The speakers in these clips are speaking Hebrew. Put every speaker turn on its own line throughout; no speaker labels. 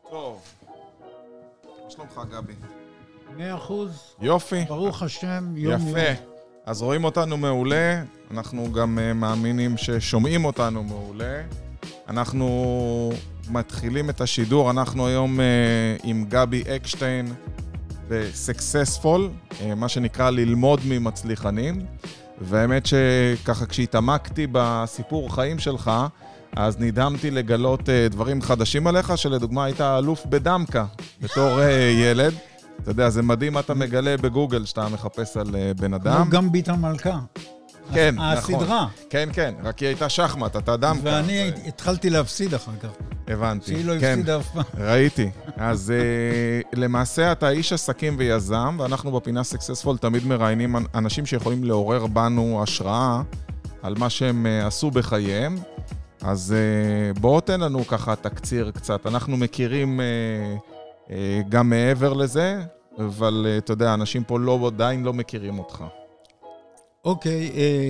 טוב. מה שלומך, גבי?
100%.
יופי.
ברוך השם, יום
יפה. אז רואים אותנו מעולה, אנחנו גם מאמינים ששומעים אותנו מעולה. אנחנו מתחילים את השידור, אנחנו היום עם גבי אקשטיין ב-Successful, מה שנקרא ללמוד ממצליחנים. והאמת שככה כשהתעמקתי בסיפור חיים שלך, אז נדהמתי לגלות דברים חדשים עליך, שלדוגמה היית אלוף בדמקה בתור ילד. אתה יודע, זה מדהים מה אתה מגלה בגוגל שאתה מחפש על בן אדם.
כמו גם ביטה מלכה.
כן,
הסדרה.
נכון. כן, כן, רק היא הייתה שחמט, אתה דמקה.
ואני התחלתי להפסיד אחר כך.
הבנתי.
שהיא לא הפסידה אף פעם.
ראיתי. אז למעשה אתה איש עסקים ויזם, ואנחנו בפינה Successful תמיד מראיינים אנשים שיכולים לעורר בנו השראה על מה שהם עשו בחייהם. אז בואו תן לנו ככה תקציר קצת. אנחנו מכירים גם מעבר לזה, אבל אתה יודע, אנשים פה עדיין לא מכירים אותך.
אוקיי,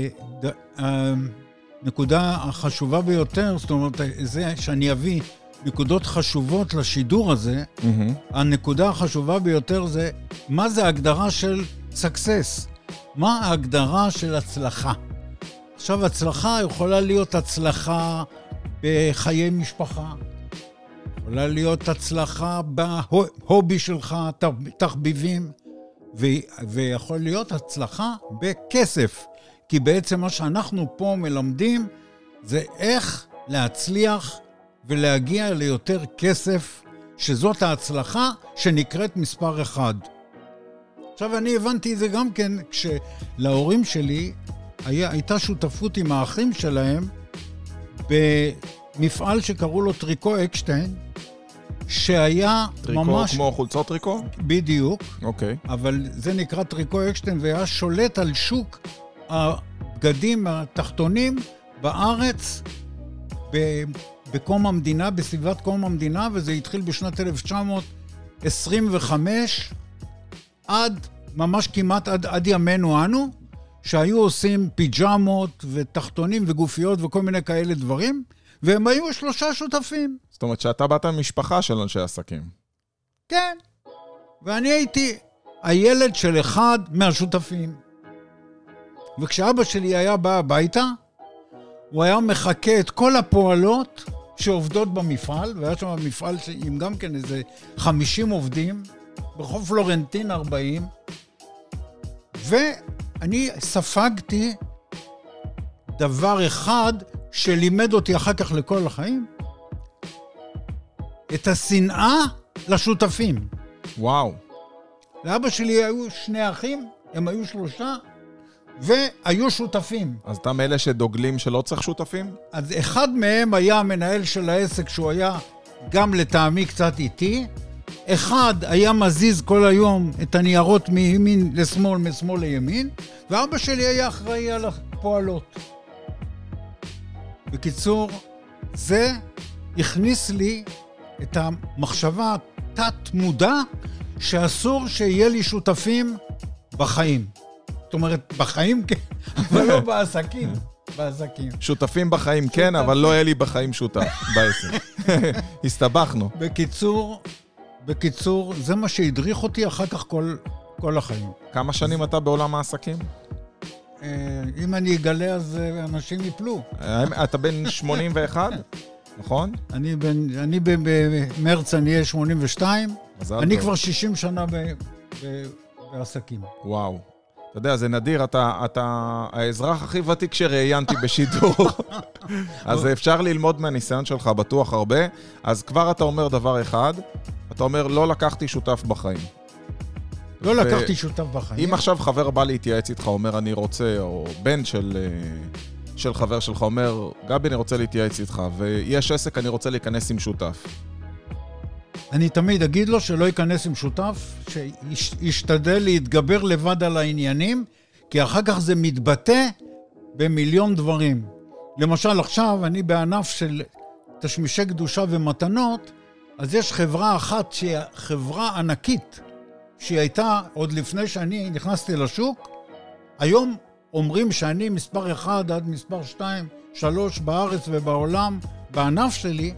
הנקודה החשובה ביותר, זאת אומרת, זה שאני אביא נקודות חשובות לשידור הזה, הנקודה החשובה ביותר זה, מה זה ההגדרה של success? מה ההגדרה של הצלחה? עכשיו, הצלחה יכולה להיות הצלחה בחיי משפחה, יכולה להיות הצלחה בהובי שלך, תחביבים, ויכול להיות הצלחה בכסף, כי בעצם מה שאנחנו פה מלמדים זה איך להצליח ולהגיע ליותר כסף, שזאת ההצלחה שנקראת מספר אחד. עכשיו אני הבנתי את זה גם כן כשלהורים שלי הייתה שותפות עם האחים שלהם במפעל שקראו לו טריקו אקשטיין, שהיה
טריקו
ממש...
כמו חולצות טריקו?
בדיוק.
אוקיי.
אבל זה נקרא טריקו אקשטיין, והיה שולט על שוק הבגדים התחתונים בארץ בקום המדינה, בסביבת קום המדינה, וזה התחיל בשנת 1925, ממש כמעט עד ימינו אנו, שהיו עושים פיג'מות ותחתונים וגופיות וכל מיני כאלה דברים, והם היו 3 שותפים.
זאת אומרת שאתה באת ממשפחה של אנשי עסקים.
כן. ואני הייתי הילד של אחד מהשותפים. וכשאבא שלי היה בא הביתה, הוא היה מחכה את כל הפועלות שעובדות במפעל, והיה שם מפעל עם גם כן איזה 50 עובדים, ברחוב פלורנטין 40, ואני ספגתי דבר אחד שלימד אותי אחר כך לכל החיים, את השנאה לשותפים.
וואו.
לאבא שלי היו 2 אחים, הם היו 3, והיו שותפים.
אז אתה מאלה שדוגלים שלא צריך שותפים?
אז אחד מהם היה המנהל של העסק, שהוא היה גם לטעמי קצת איטי. אחד היה מזיז כל היום את הניירות מימין לשמאל, משמאל לימין, ואבא שלי היה אחראי על הפועלות. בקיצור, זה הכניס לי את המחשבה תת מודע שאסור שיהיה לי שותפים בחיים. זאת אומרת, בחיים כן, אבל לא בעסקים. בעסקים.
שותפים בחיים כן, אבל לא היה לי בחיים שותף בעסק. הסתבכנו.
בקיצור, זה מה שהדריך אותי אחר כך כל החיים.
כמה שנים אתה בעולם העסקים?
אם אני אגלה, אז אנשים יפלו.
אתה בן 81, נכון?
אני במרץ אני אהיה 82. אני כבר 60 שנה בעסקים.
וואו. אתה יודע, זה נדיר, אתה האזרח הכי ותיק שראיינתי בשידור. אז אפשר ללמוד מהניסיון שלך בטוח הרבה. אז כבר אתה אומר דבר אחד, אתה אומר, לא לקחתי שותף בחיים.
לא לקחתי שותף בחיים.
אם עכשיו חבר בא להתייעץ איתך, אומר אני רוצה, או בן של חבר שלך אומר, גבי אני רוצה להתייעץ איתך, ויש עסק אני רוצה להיכנס עם שותף.
אני תמיד אגיד לו שלא ייכנס עם שותף, שישתדל להתגבר לבד על העניינים, כי אחר כך זה מתבטא במיליון דברים. למשל עכשיו אני בענף של תשמישי קדושה ומתנות, אז יש חברה אחת שהיא חברה ענקית, שהיא הייתה עוד לפני שאני נכנסתי לשוק. היום אומרים שאני מספר 1 עד מספר 2, 3 בארץ ובעולם, בענף שלי,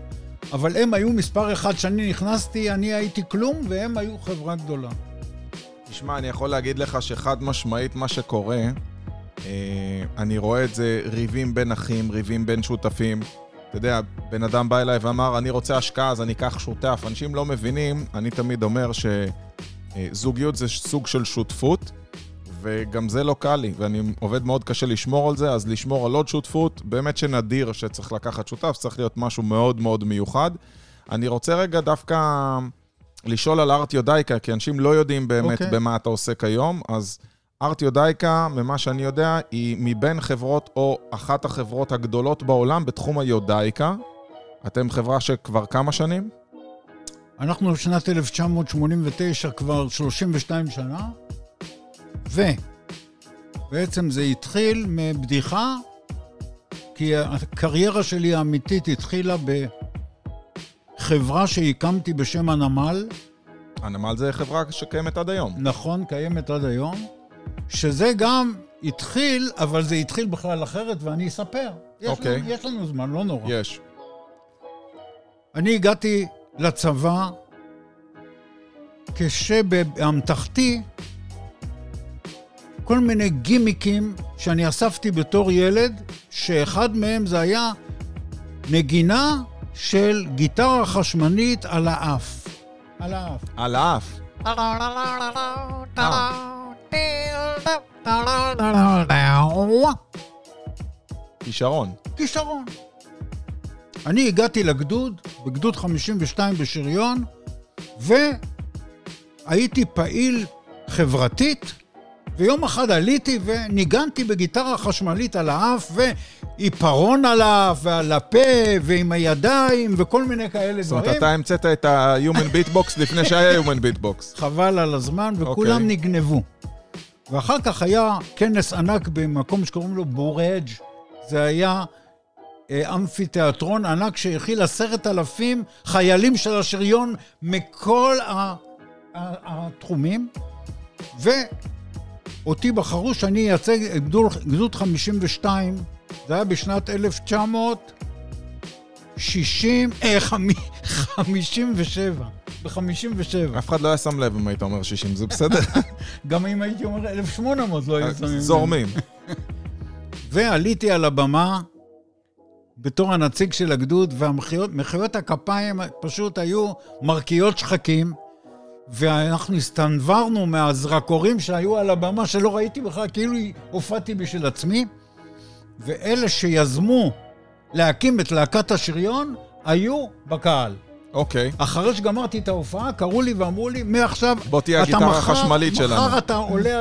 אבל הם היו מספר אחד שאני נכנסתי, אני הייתי כלום, והם היו חברה גדולה.
תשמע, אני יכול להגיד לך שחד משמעית מה שקורה, אני רואה את זה ריבים בין אחים, ריבים בין שותפים. אתה יודע, בן אדם בא אליי ואמר, אני רוצה השקעה, אז אני אקח שותף. אנשים לא מבינים, אני תמיד אומר שזוגיות זה סוג של שותפות, וגם זה לא קל לי, ואני עובד מאוד קשה לשמור על זה, אז לשמור על עוד שותפות, באמת שנדיר שצריך לקחת שותף, צריך להיות משהו מאוד מאוד מיוחד. אני רוצה רגע דווקא לשאול על ארטיודייקה, כי אנשים לא יודעים באמת במה אתה עוסק היום, אז ארטיודייקה, ממה שאני יודע, היא מבין חברות או אחת החברות הגדולות בעולם בתחום היודאיקה. אתם חברה שכבר כמה שנים?
אנחנו בשנת 1989 כבר 32 שנה, ובעצם זה התחיל מבדיחה, כי הקריירה שלי האמיתית התחילה בחברה שהקמתי בשם הנמל.
הנמל זה חברה שקיימת עד היום.
נכון, קיימת עד היום. שזה גם התחיל, אבל זה התחיל בכלל אחרת, ואני אספר. יש לנו זמן, לא נורא.
יש.
אני הגעתי לצבא, כשבאמתחתי, כל מיני גימיקים שאני אספתי בתור ילד, שאחד מהם זה היה נגינה של גיטרה חשמלית על האף. על האף.
על האף. כישרון.
כישרון. אני הגעתי לגדוד, בגדוד 52 בשריון, והייתי פעיל חברתית, ויום אחד עליתי וניגנתי בגיטרה חשמלית על האף, ועיפרון על האף, ועל הפה, ועם הידיים, וכל מיני כאלה דברים.
זאת אומרת, אתה המצאת את ה-Human Beatbox לפני שהיה Human Beatbox.
חבל על הזמן, וכולם נגנבו. ואחר כך היה כנס ענק במקום שקוראים לו בורג'. זה היה אמפיתיאטרון ענק שהכיל 10,000 חיילים של השריון מכל התחומים, ואותי בחרו שאני אייצג גדוד 52, זה היה בשנת 1957. ב-57.
אף אחד לא היה שם לב אם היית אומר 60, זה בסדר?
גם אם הייתי אומר 1800 לא היה שמים לב.
זורמים.
ועליתי על הבמה בתור הנציג של הגדוד, ומחיאות הכפיים פשוט היו מרקיעות שחקים, ואנחנו הסתנברנו מהזרקורים שהיו על הבמה שלא ראיתי בכלל, כאילו הופעתי בשביל עצמי, ואלה שיזמו להקים את להקת השריון היו בקהל.
אוקיי.
אחרי שגמרתי את ההופעה, קראו לי ואמרו לי, מעכשיו,
בוא תהיה הגיטרה החשמלית שלנו.
מחר אתה עולה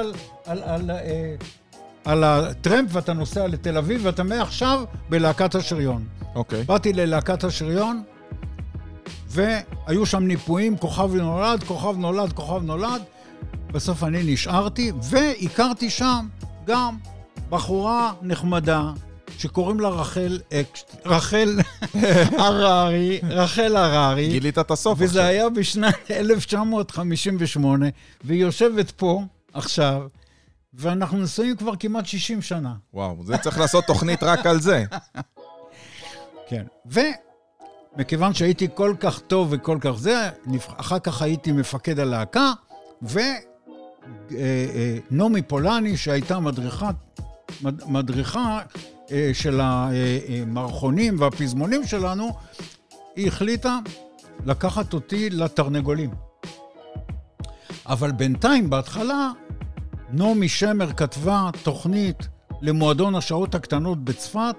על הטרמפ ואתה נוסע לתל אביב, ואתה מעכשיו בלהקת השריון.
אוקיי.
באתי ללהקת השריון, והיו שם ניפויים, כוכב נולד, כוכב נולד, כוכב נולד. בסוף אני נשארתי, והכרתי שם גם בחורה נחמדה, שקוראים לה רחל הררי.
גילית את הסוף.
וזה היה בשנת 1958, והיא יושבת פה עכשיו, ואנחנו נשואים כבר כמעט 60 שנה.
וואו, זה צריך לעשות תוכנית רק על זה.
כן, ומכיוון שהייתי כל כך טוב וכל כך זה, אחר כך הייתי מפקד הלהקה, ונומי פולני, שהייתה מדריכה של המערכונים והפזמונים שלנו, היא החליטה לקחת אותי לתרנגולים. אבל בינתיים, בהתחלה, נומי שמר כתבה תוכנית למועדון השעות הקטנות בצפת,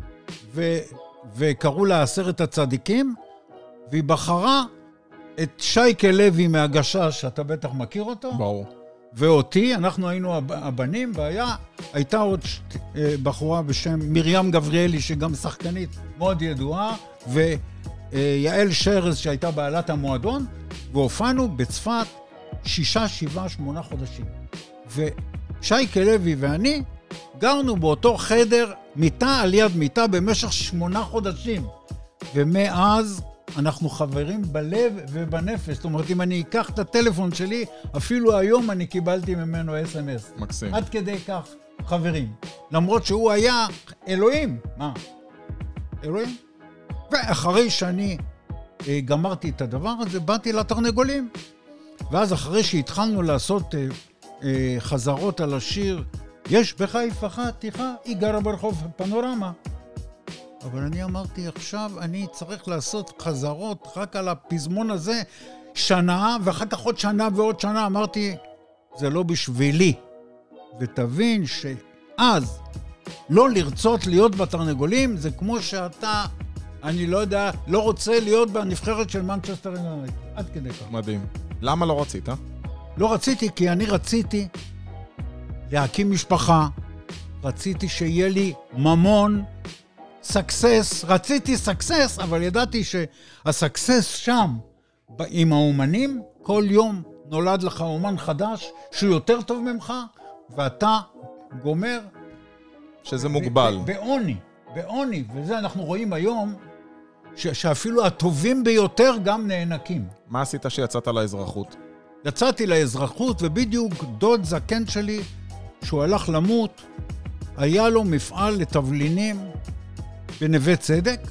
וקראו לה 10 הצדיקים, והיא בחרה את שייקה לוי מהגשש, שאתה בטח מכיר אותו.
ברור.
ואותי, אנחנו היינו הבנים, והייתה עוד בחורה בשם מרים גבריאלי, שגם שחקנית מאוד ידועה, ויעל שרז, שהייתה בעלת המועדון, והופענו בצפת 6, 7, 8 חודשים. ושייקה לוי ואני גרנו באותו חדר, מיטה על יד מיטה, במשך 8 חודשים. ומאז אנחנו חברים בלב ובנפש. זאת אומרת, אם אני אקח את הטלפון שלי, אפילו היום אני קיבלתי ממנו SMS.
מקסים.
עד כדי כך חברים. למרות שהוא היה אלוהים. מה? אלוהים? ואחרי שאני גמרתי את הדבר הזה, באתי לתרנגולים. ואז אחרי שהתחלנו לעשות חזרות על השיר, יש בחיפה חתיכה, היא גרה ברחוב פנורמה. אבל אני אמרתי, עכשיו אני צריך לעשות חזרות רק על הפזמון הזה, שנה, ואחר כך עוד שנה ועוד שנה. אמרתי, זה לא בשבילי. ותבין שאז לא לרצות להיות בתרנגולים, זה כמו שאתה, אני לא יודע, לא רוצה להיות בנבחרת של מנצ'סטר יונייטד. עד כדי כך.
מדהים. למה לא רצית?
לא רציתי, כי אני רציתי להקים משפחה, רציתי שיהיה לי ממון, סקסס, רציתי סקסס, אבל ידעתי שהסקסס שם, עם האומנים, כל יום נולד לך אומן חדש, שהוא יותר טוב ממך, ואתה גומר...
שזה מוגבל.
בעוני, וזה אנחנו רואים היום, שאפילו הטובים ביותר גם נענקים.
מה עשית שיצאת לאזרחות?
יצאתי לאזרחות, ובדיוק דוד זקן שלי, שהוא הלך למות, היה לו מפעל לתבלינים בנווה צדק,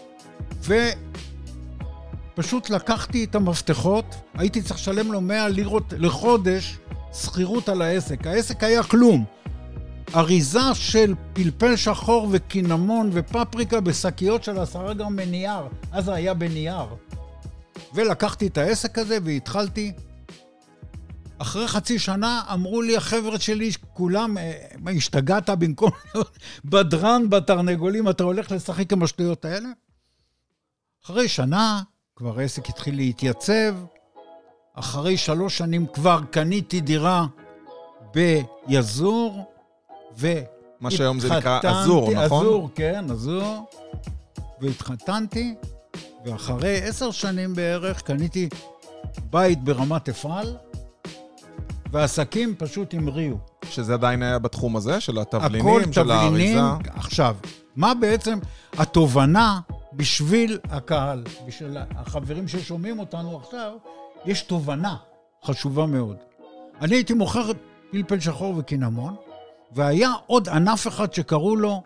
ופשוט לקחתי את המפתחות, הייתי צריך לשלם לו 100 לירות לחודש שכירות על העסק. העסק היה כלום. אריזה של פלפל שחור וקינמון ופפריקה בסקיות של 10 גרם מנייר. אז זה היה בנייר. ולקחתי את העסק הזה והתחלתי. אחרי חצי שנה אמרו לי החבר'ה שלי, כולם, השתגעת במקום בדרן, בתרנגולים, אתה הולך לשחק עם השטויות האלה? אחרי שנה כבר העסק התחיל להתייצב. אחרי 3 שנים כבר קניתי דירה ביזור,
מה שהיום זה נקרא אזור, נכון?
אזור, כן, אזור. והתחתנתי, ואחרי 10 שנים בערך קניתי בית ברמת אפעל, והעסקים פשוט המריאו.
שזה עדיין היה בתחום הזה, של התבלינים, של האריזה?
עכשיו, מה בעצם התובנה בשביל הקהל, בשביל החברים ששומעים אותנו עכשיו, יש תובנה חשובה מאוד. אני הייתי מוכר פלפל שחור וקינמון, והיה עוד ענף אחד שקראו לו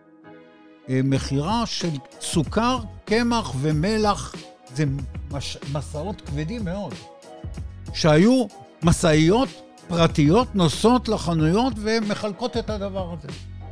מחירה של סוכר, קמח ומלח. זה מסעות כבדים מאוד. שהיו מסעיות פרטיות נוסעות לחנויות ומחלקות את הדבר הזה.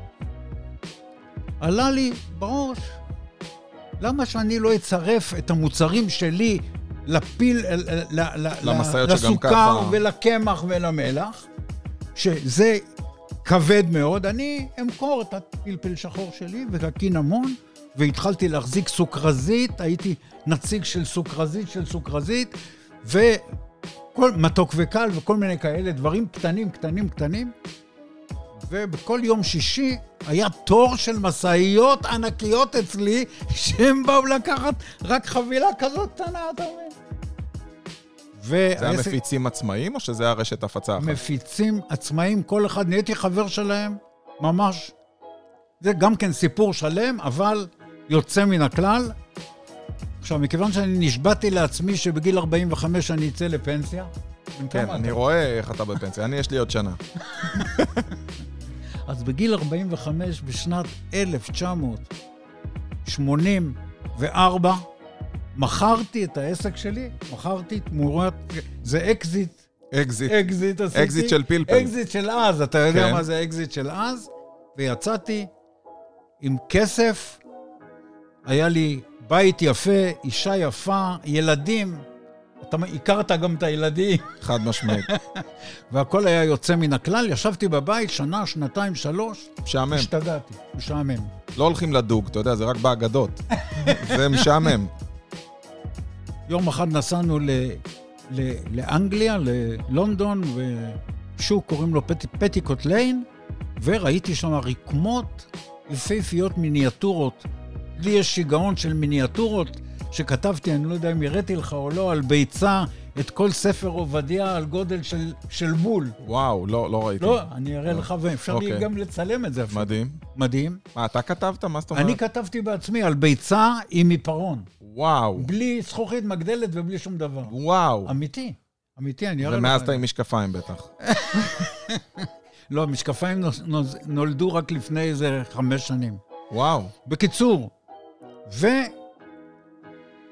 עלה לי בראש, למה שאני לא אצרף את המוצרים שלי לפיל, לסוכר ולקמח ולמלח, שזה כבד מאוד, אני אמכור את הפלפל שחור שלי והקינמון, והתחלתי להחזיק סוכרזית, הייתי נציג של סוכרזית, וכל מתוק וקל וכל מיני כאלה דברים קטנים, ובכל יום שישי היה תור של מסעיות ענקיות אצלי, שהם באו לקחת רק חבילה כזאת קטנה, אתה אומר.
זה המפיצים עצמאיים או שזה הרשת הפצה אחת?
מפיצים עצמאיים, כל אחד, נהייתי חבר שלהם, ממש. זה גם כן סיפור שלם, אבל יוצא מן הכלל. עכשיו, מכיוון שאני נשבעתי לעצמי שבגיל 45 אני אצא לפנסיה.
כן, אני רואה איך אתה בפנסיה, יש לי עוד שנה.
אז בגיל 45, בשנת 1984, מכרתי את העסק שלי, מכרתי תמורת, זה אקזיט. אקזיט עשיתי.
אקזיט של פלפל.
אקזיט של אז, אתה יודע מה זה אקזיט של אז? ויצאתי עם כסף, היה לי בית יפה, אישה יפה, ילדים, אתה הכרת גם את הילדים.
חד משמעית.
והכל היה יוצא מן הכלל, ישבתי בבית שנה, שנתיים, 3.
משעמם.
השתגעתי, משעמם.
לא הולכים לדוג, אתה יודע, זה רק באגדות. זה משעמם.
יום אחד נסענו לאנגליה, ללונדון, ושוק קוראים לו פטיקוט ליין, וראיתי שם רקמות יפהפיות מיניאטורות. לי יש שיגעון של מיניאטורות, שכתבתי, אני לא יודע אם הראיתי לך או לא, על ביצה, את כל ספר עובדיה על גודל של בול.
וואו, לא ראיתי.
לא, אני אראה לך, ואפשר לי גם לצלם את זה.
מדהים.
מדהים.
מה, אתה כתבת? מה זאת אומרת?
אני כתבתי בעצמי על ביצה עם עיפרון.
וואו.
בלי זכוכית מגדלת ובלי שום דבר.
וואו.
אמיתי, אני אראה לך.
ומאז אתה עם משקפיים בטח.
לא, המשקפיים נולדו רק לפני איזה 5 שנים.
וואו.
בקיצור,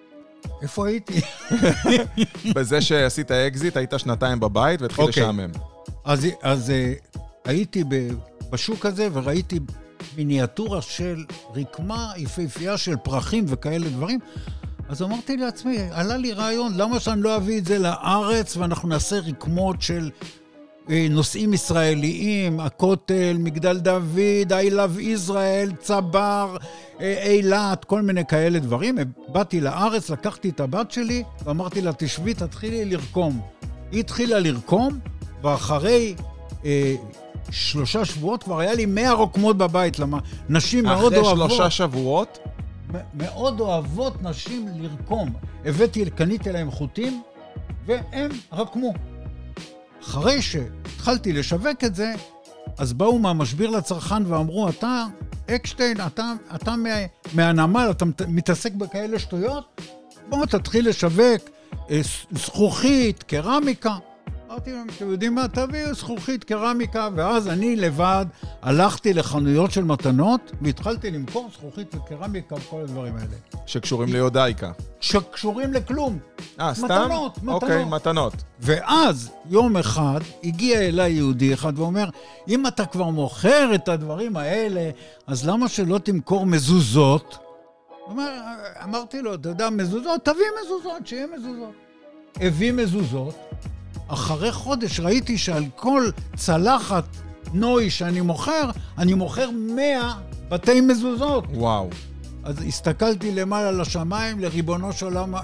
איפה הייתי?
בזה שעשית אקזיט, היית 2 בבית והתחיל לשעמם.
אז הייתי בשוק הזה וראיתי מיניאטורה של רקמה יפהפייה של פרחים וכאלה דברים. אז אמרתי לעצמי, עלה לי רעיון, למה שאני לא אביא את זה לארץ ואנחנו נעשה רקמות של נושאים ישראליים, הכותל, מגדל דוד, I love Israel, צבר, אילת, כל מיני כאלה דברים. באתי לארץ, לקחתי את הבת שלי ואמרתי לה, תשבי, תתחילי לרקום. היא התחילה לרקום, ואחרי 3 שבועות כבר היה לי 100 רוקמות בבית, למה נשים מאוד אוהבות.
אחרי 3 שבועות?
מאוד אוהבות נשים לרקום. קניתי להם חוטים, והם רקמו. אחרי שהתחלתי לשווק את זה, אז באו מהמשביר לצרכן ואמרו, אתה, אקשטיין, אתה מהנמל, אתה מתעסק בכאלה שטויות? בואו תתחיל לשווק זכוכית, קרמיקה. אמרתי להם, אתם יודעים מה? תביאו זכוכית, קרמיקה, ואז אני לבד הלכתי לחנויות של מתנות, והתחלתי למכור זכוכית וקרמיקה וכל הדברים האלה.
שקשורים ליודאיקה.
שקשורים לכלום.
סתם?
מתנות.
אוקיי, מתנות.
ואז יום אחד הגיע אליי יהודי אחד ואומר, אם אתה כבר מוכר את הדברים האלה, אז למה שלא תמכור מזוזות? אמרתי לו, אתה יודע, מזוזות? תביא מזוזות, שיהיה מזוזות. הביא מזוזות. אחרי חודש ראיתי שעל כל צלחת נוי שאני מוכר, אני מוכר 100 בתי מזוזות.
וואו.
אז הסתכלתי למעלה לשמיים, לריבונו של עולם,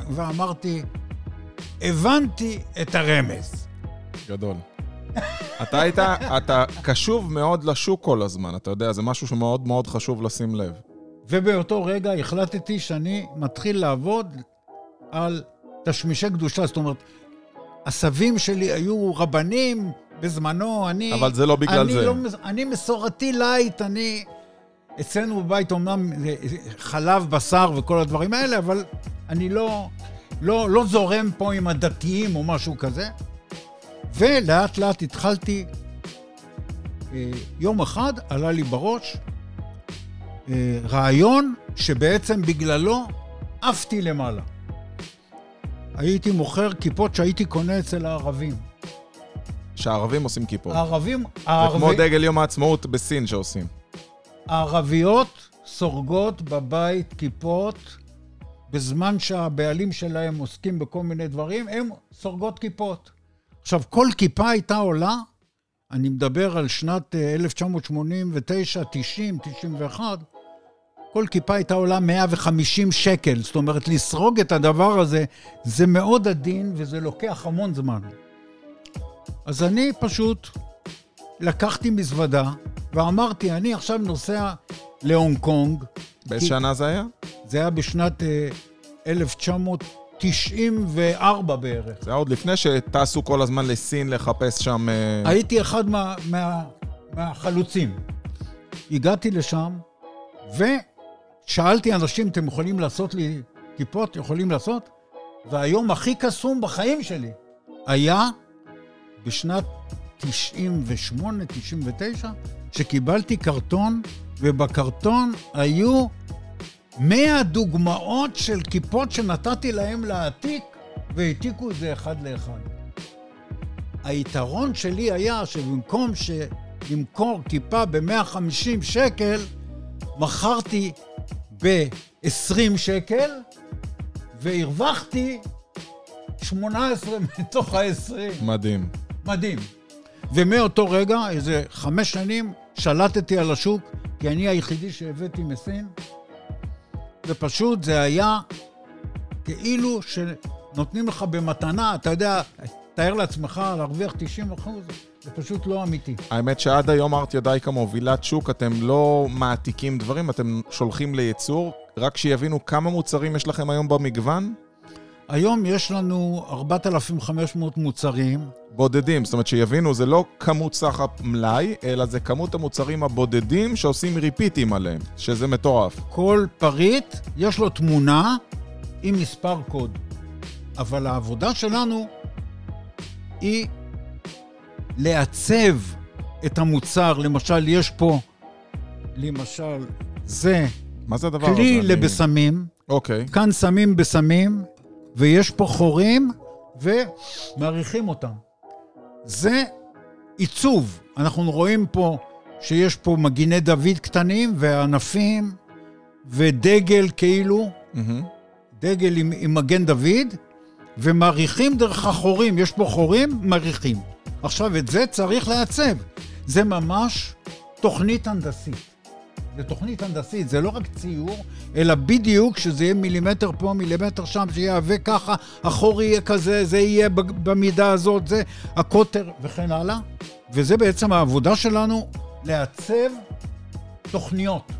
הבנתי את הרמז.
גדול. אתה קשוב מאוד לשוק כל הזמן, אתה יודע, זה משהו שמאוד מאוד חשוב לשים לב.
ובאותו רגע החלטתי שאני מתחיל לעבוד על תשמישי קדושה, זאת אומרת, הסבים שלי היו רבנים בזמנו,
אבל זה לא בגלל זה.
אני מסורתי לייט, אצלנו בבית אומנם חלב, בשר וכל הדברים האלה, אבל אני לא זורם פה עם הדתיים או משהו כזה. ולאט לאט התחלתי, יום אחד עלה לי בראש רעיון שבעצם בגללו עפתי למעלה. הייתי מוכר כיפות שהייתי קונה אצל הערבים.
שהערבים עושים כיפות.
זה
כמו דגל יום העצמאות בסין שעושים.
הערביות סורגות בבית כיפות, בזמן שהבעלים שלהם עוסקים בכל מיני דברים, הם סורגות כיפות. עכשיו, כל כיפה הייתה עולה, אני מדבר על שנת 1989, 90, 91, כל כיפה הייתה עולה 150 שקל, זאת אומרת, לסרוג את הדבר הזה, זה מאוד עדין וזה לוקח המון זמן. אז אני פשוט לקחתי מזוודה, ואמרתי, אני עכשיו נוסע להונג קונג.
באיזה שנה זה היה?
זה היה בשנת 1994 בערך.
זה היה עוד לפני שטסו כל הזמן לסין לחפש שם...
הייתי אחד מהחלוצים. הגעתי לשם, ושאלתי אנשים, אתם יכולים לעשות לי כיפות? יכולים לעשות? והיום הכי קסום בחיים שלי היה בשנת 98, 99, שקיבלתי קרטון, ובקרטון היו 100 דוגמאות של כיפות שנתתי להם להעתיק, והעתיקו את זה אחד לאחד. היתרון שלי היה שבמקום למכור כיפה ב-150 שקל, מכרתי ב-20 שקל, והרווחתי 18 מתוך ה-20.
מדהים.
מדהים. ומאותו רגע, איזה 5 שנים, שלטתי על השוק, כי אני היחידי שהבאתי מסין, ופשוט זה היה כאילו שנותנים לך במתנה, אתה יודע, תאר לעצמך להרוויח 90%, זה פשוט לא אמיתי.
האמת שעד היום ארט-יודאיקה מובילת שוק, אתם לא מעתיקים דברים, אתם שולחים לייצור, רק שיבינו כמה מוצרים יש לכם היום במגוון?
היום יש לנו 4,500 מוצרים.
בודדים, זאת אומרת שיבינו, זה לא כמות סך המלאי, אלא זה כמות המוצרים הבודדים שעושים ריפיטים עליהם, שזה מטורף.
כל פריט יש לו תמונה עם מספר קוד. אבל העבודה שלנו היא לעצב את המוצר. למשל, יש פה, זה
מה זה הדבר
כלי
הזה?
לבשמים.
אוקיי.
כאן שמים בשמים, ויש פה חורים, ומעריכים אותם. זה עיצוב. אנחנו רואים פה שיש פה מגיני דוד קטנים, וענפים, ודגל כאילו, דגל עם מגן דוד, ומעריכים דרך החורים. יש פה חורים, מעריכים. עכשיו, את זה צריך לעצב. זה ממש תוכנית הנדסית. זה תוכנית הנדסית, זה לא רק ציור, אלא בדיוק שזה יהיה מילימטר פה, מילימטר שם, שיהיה וככה, החור יהיה כזה, זה יהיה במידה הזאת, זה הקוטר וכן הלאה. וזה בעצם העבודה שלנו, לעצב תוכניות.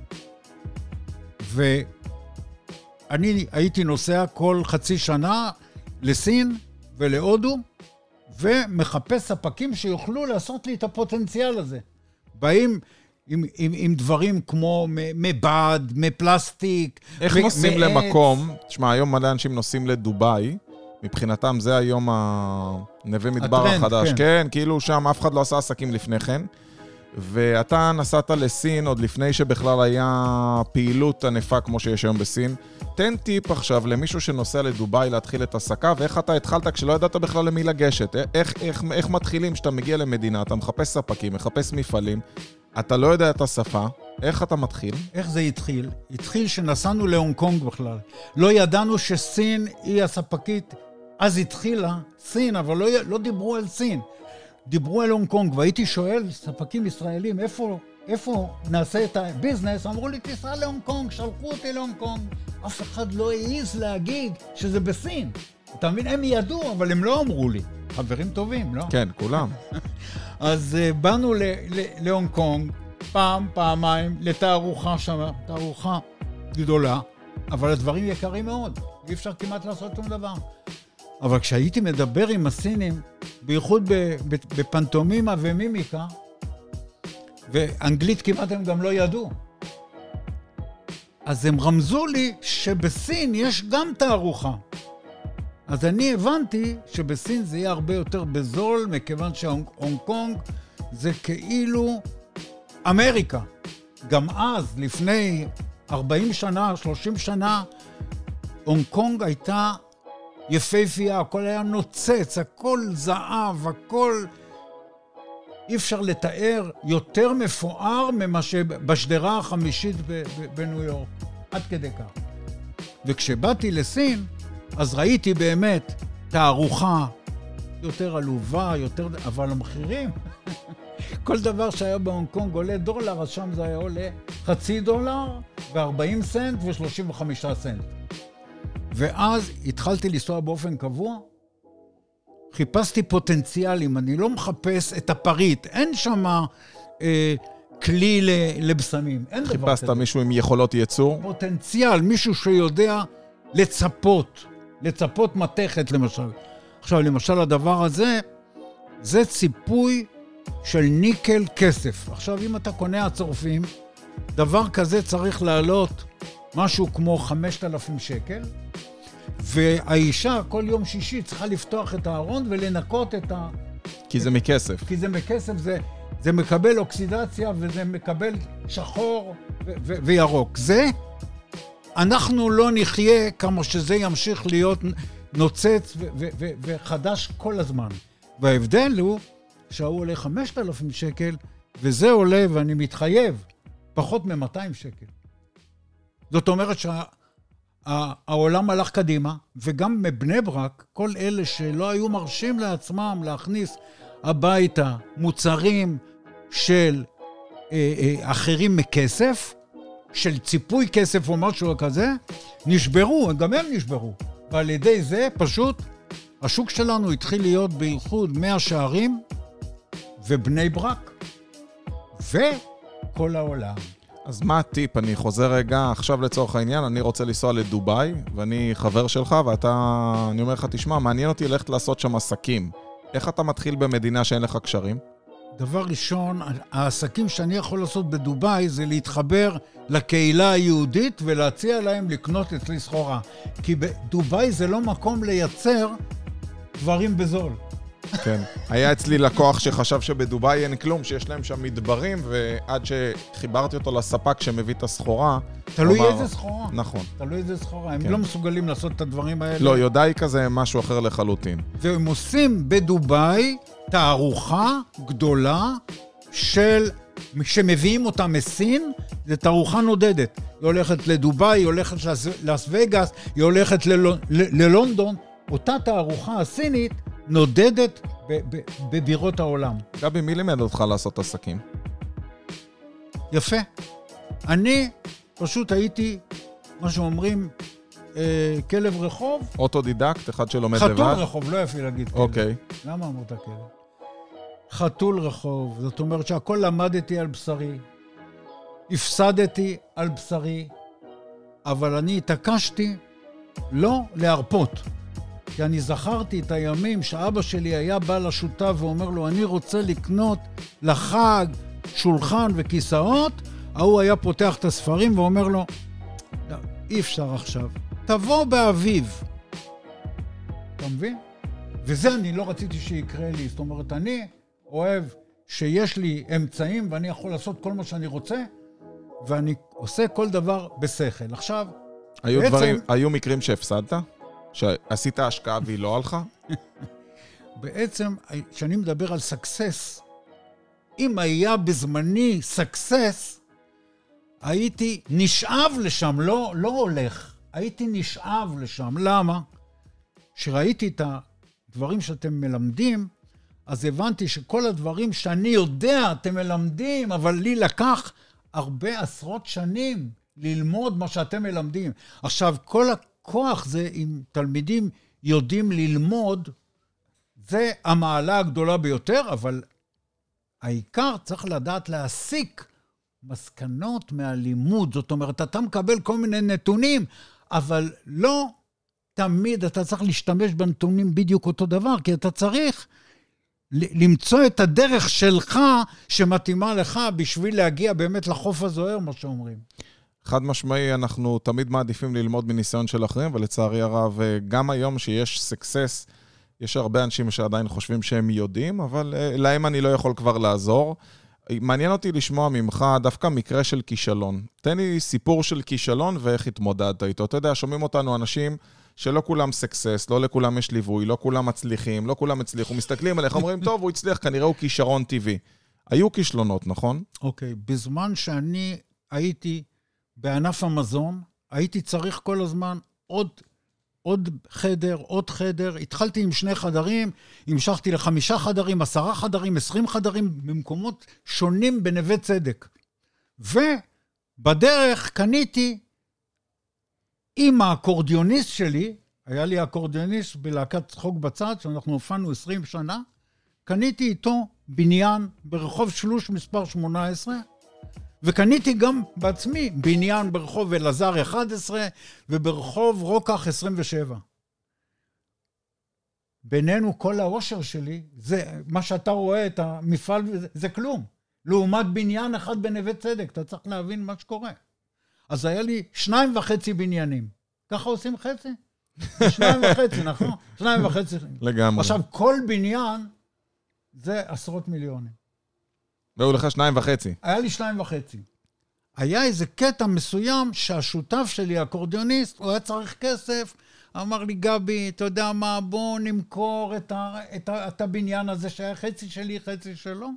ואני הייתי נוסע כל חצי שנה לסין ולהודו, ומחפש ספקים שיוכלו לעשות לי את הפוטנציאל הזה. באים עם דברים כמו מבד, מפלסטיק.
איך נוסעים למקום? תשמע, היום מלא אנשים נוסעים לדובאי, מבחינתם זה היום הנווה מדבר החדש. כן, כאילו שם אף אחד לא עשה עסקים לפני כן. ואתה נסעת לסין עוד לפני שבכלל היה פעילות ענפה כמו שיש היום בסין. תן טיפ עכשיו למישהו שנוסע לדובאי להתחיל את עסקה, ואיך אתה התחלת כשלא ידעת בכלל למי לגשת. איך מתחילים שאתה מגיע למדינה, אתה מחפש ספקים, מחפש מפעלים, אתה לא יודע את השפה, איך אתה מתחיל?
איך זה התחיל? התחיל שנסענו להונג קונג בכלל. לא ידענו שסין היא הספקית, אז התחילה סין, אבל לא דיברו על סין. דיברו על הונג קונג, והייתי שואל ספקים ישראלים, איפה נעשה את הביזנס? אמרו לי, תיסע להונג קונג, שלחו אותי להונג קונג. אף אחד לא העז להגיד שזה בסין. אתה מבין, הם ידעו, אבל הם לא אמרו לי. חברים טובים, לא?
כן, כולם.
אז באנו להונג קונג, פעמיים, לתערוכה שם, תערוכה גדולה, אבל הדברים יקרים מאוד. אי אפשר כמעט לעשות שום דבר. אבל כשהייתי מדבר עם הסינים, בייחוד בפנטומימה ומימיקה, ואנגלית כמעט הם גם לא ידעו. אז הם רמזו לי שבסין יש גם תערוכה. אז אני הבנתי שבסין זה יהיה הרבה יותר בזול, מכיוון שהונג קונג זה כאילו אמריקה. גם אז, לפני 40 שנה, 30 שנה, הונג קונג הייתה יפהפייה, הכל היה נוצץ, הכל זהב, הכל אי אפשר לתאר יותר מפואר ממה שבשדרה החמישית בניו יורק, עד כדי כך. וכשבאתי לסין, אז ראיתי באמת תערוכה יותר עלובה, יותר, אבל המחירים, כל דבר שהיה בהונג קונג עולה $1, אז שם זה היה עולה $0.50 ו40 סנט ו35 סנט. ואז התחלתי לנסוע באופן קבוע, חיפשתי פוטנציאלים, אני לא מחפש את הפריט, אין שם כלי לבשמים, אין דבר כזה.
חיפשת מישהו עם יכולות ייצור?
פוטנציאל, מישהו שיודע לצפות מתכת למשל. עכשיו, למשל הדבר הזה, זה ציפוי של ניקל כסף. עכשיו, אם אתה קונה הצורפים, דבר כזה צריך לעלות משהו כמו 5,000 שקל, והאישה כל יום שישי צריכה לפתוח את הארון ולנקות את ה...
כי זה מכסף.
כי זה מכסף, זה מקבל אוקסידציה וזה מקבל שחור וירוק. זה, אנחנו לא נחיה כמה שזה ימשיך להיות נוצץ וחדש כל הזמן. וההבדל הוא שהוא עולה 5,000 שקל, וזה עולה, ואני מתחייב, פחות מ-200 שקל. זאת אומרת שהעולם הלך קדימה, וגם מבני ברק, כל אלה שלא היו מרשים לעצמם להכניס הביתה מוצרים של אחרים מכסף, של ציפוי כסף או משהו כזה, נשברו, גם הם נשברו. ועל ידי זה פשוט השוק שלנו התחיל להיות בייחוד 100 שערים ובני ברק וכל העולם.
אז מה הטיפ? אני חוזר רגע, עכשיו לצורך העניין, אני רוצה לנסוע לדובאי, ואני חבר שלך, אני אומר לך, תשמע, מעניין אותי ללכת לעשות שם עסקים. איך אתה מתחיל במדינה שאין לך קשרים?
דבר ראשון, העסקים שאני יכול לעשות בדובאי זה להתחבר לקהילה היהודית ולהציע להם לקנות אצלי סחורה. כי בדובאי זה לא מקום לייצר דברים בזול.
כן. היה אצלי לקוח שחשב שבדוביי אין כלום, שיש להם שם מדברים, ועד שחיברתי אותו לספק שמביא את הסחורה...
תלוי איזה סחורה.
נכון.
תלוי איזה סחורה. הם לא מסוגלים לעשות את הדברים האלה.
לא, יודאיקה זה משהו אחר לחלוטין.
והם עושים בדוביי תערוכה גדולה שמביאים אותה מסין, זה תערוכה נודדת. היא הולכת לדוביי, היא הולכת ללאס וגאס, היא הולכת ללונדון. אותה תערוכה הסינית נודדת בבירות העולם.
גבי, מי לימד אותך לעשות עסקים?
יפה. אני פשוט הייתי, מה שאומרים, כלב רחוב.
אוטודידקט, אחד שלומד לבד?
חתול רחוב, לא יפה להגיד כלב.
אוקיי.
למה אמרת כלב? חתול רחוב, זאת אומרת שהכל למדתי על בשרי, הפסדתי על בשרי, אבל אני התעקשתי לא להרפות. כי אני זכרתי את הימים שאבא שלי היה בא לשותף ואומר לו, אני רוצה לקנות לחג שולחן וכיסאות, הוא היה פותח את הספרים ואומר לו, לא, אי אפשר עכשיו, תבוא באביב. אתה מבין? וזה אני לא רציתי שיקרה לי, זאת אומרת, אני אוהב שיש לי אמצעים ואני יכול לעשות כל מה שאני רוצה, ואני עושה כל דבר בשכל. עכשיו,
היו מקרים שהפסדת? שעשית השקעה והיא לא הלכה?
בעצם, כשאני מדבר על סקסס, אם היה בזמני סקסס, הייתי נשאב לשם, לא הולך. הייתי נשאב לשם. למה? כשראיתי את הדברים שאתם מלמדים, אז הבנתי שכל הדברים שאני יודע, אתם מלמדים, אבל לי לקח הרבה עשרות שנים ללמוד מה שאתם מלמדים. עכשיו, כל הכוח זה, אם תלמידים יודעים ללמוד, זה המעלה הגדולה ביותר, אבל העיקר צריך לדעת להסיק מסקנות מהלימוד. זאת אומרת, אתה מקבל כל מיני נתונים, אבל לא תמיד אתה צריך להשתמש בנתונים בדיוק אותו דבר, כי אתה צריך למצוא את הדרך שלך שמתאימה לך בשביל להגיע באמת לחוף הזוהר, מה שאומרים.
חד משמעי, אנחנו תמיד מעדיפים ללמוד מניסיון של אחרים, ולצערי הרב, גם היום שיש סקסס, יש הרבה אנשים שעדיין חושבים שהם יודעים, אבל להם אני לא יכול כבר לעזור. מעניין אותי לשמוע ממך דווקא מקרה של כישלון. תן לי סיפור של כישלון ואיך התמודדת איתו. אתה יודע, שומעים אותנו אנשים שלא כולם סקסס, לא לכולם יש ליווי, לא כולם מצליחים, לא כולם הצליחו, מסתכלים עליך, אומרים, טוב, הוא הצליח, כנראה הוא כישרון טבעי. היו כישלונות, נכון?
אוקיי, בזמן שאני הייתי בענף המזון, הייתי צריך כל הזמן עוד חדר, התחלתי עם 2 חדרים, המשכתי ל5 חדרים, 10 חדרים, 20 חדרים, במקומות שונים בנווה צדק. ובדרך קניתי עם האקורדיוניסט שלי, היה לי אקורדיוניסט בלהקת צחוק בצד, שאנחנו הופענו 20 שנה, קניתי איתו בניין ברחוב שלוש מספר 18, וקניתי גם בעצמי בניין ברחוב אלעזר 11 וברחוב רוקח 27. בינינו כל העושר שלי, זה מה שאתה רואה את המפעל, זה כלום. לעומת בניין אחד בנווה צדק, אתה צריך להבין מה שקורה. אז היה לי 2.5 בניינים. ככה עושים חצי? 2.5, נכון? 2.5.
לגמרי.
עכשיו, כל בניין זה עשרות מיליונים.
והיו לך 2.5.
היה לי 2.5. היה איזה קטע מסוים שהשותף שלי, האקורדיוניסט, הוא היה צריך כסף, אמר לי, גבי, אתה יודע מה, בוא נמכור את הבניין הזה שהיה חצי שלי, חצי שלו.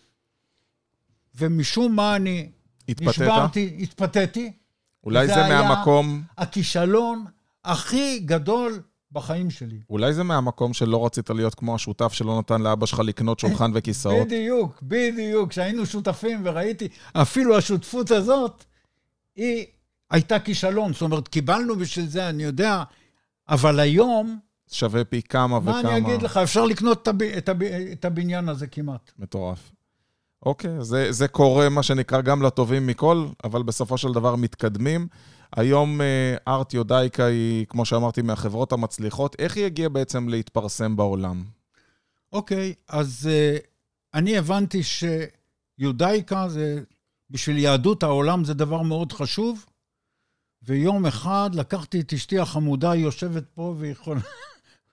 ומשום מה אני נשברתי, התפתיתי.
אולי זה מהמקום...
היה הכישלון הכי גדול בחיים שלי.
אולי זה מהמקום שלא רצית להיות כמו השותף שלא נתן לאבא שלך לקנות שולחן וכיסאות?
בדיוק. כשהיינו שותפים וראיתי, אפילו השותפות הזאת, היא הייתה כישלון. זאת אומרת, קיבלנו בשביל זה, אני יודע, אבל היום...
שווה פי כמה וכמה.
מה אני אגיד לך? אפשר לקנות את הבניין הזה כמעט.
מטורף. אוקיי, זה קורה מה שנקרא גם לטובים מכל, אבל בסופו של דבר מתקדמים. היום ארט יודאיקה היא, כמו שאמרתי, מהחברות המצליחות. איך היא הגיעה בעצם להתפרסם בעולם?
אוקיי, אז אני הבנתי שיודאיקה זה, בשביל יהדות העולם זה דבר מאוד חשוב, ויום אחד לקחתי את אשתי החמודה, היא יושבת פה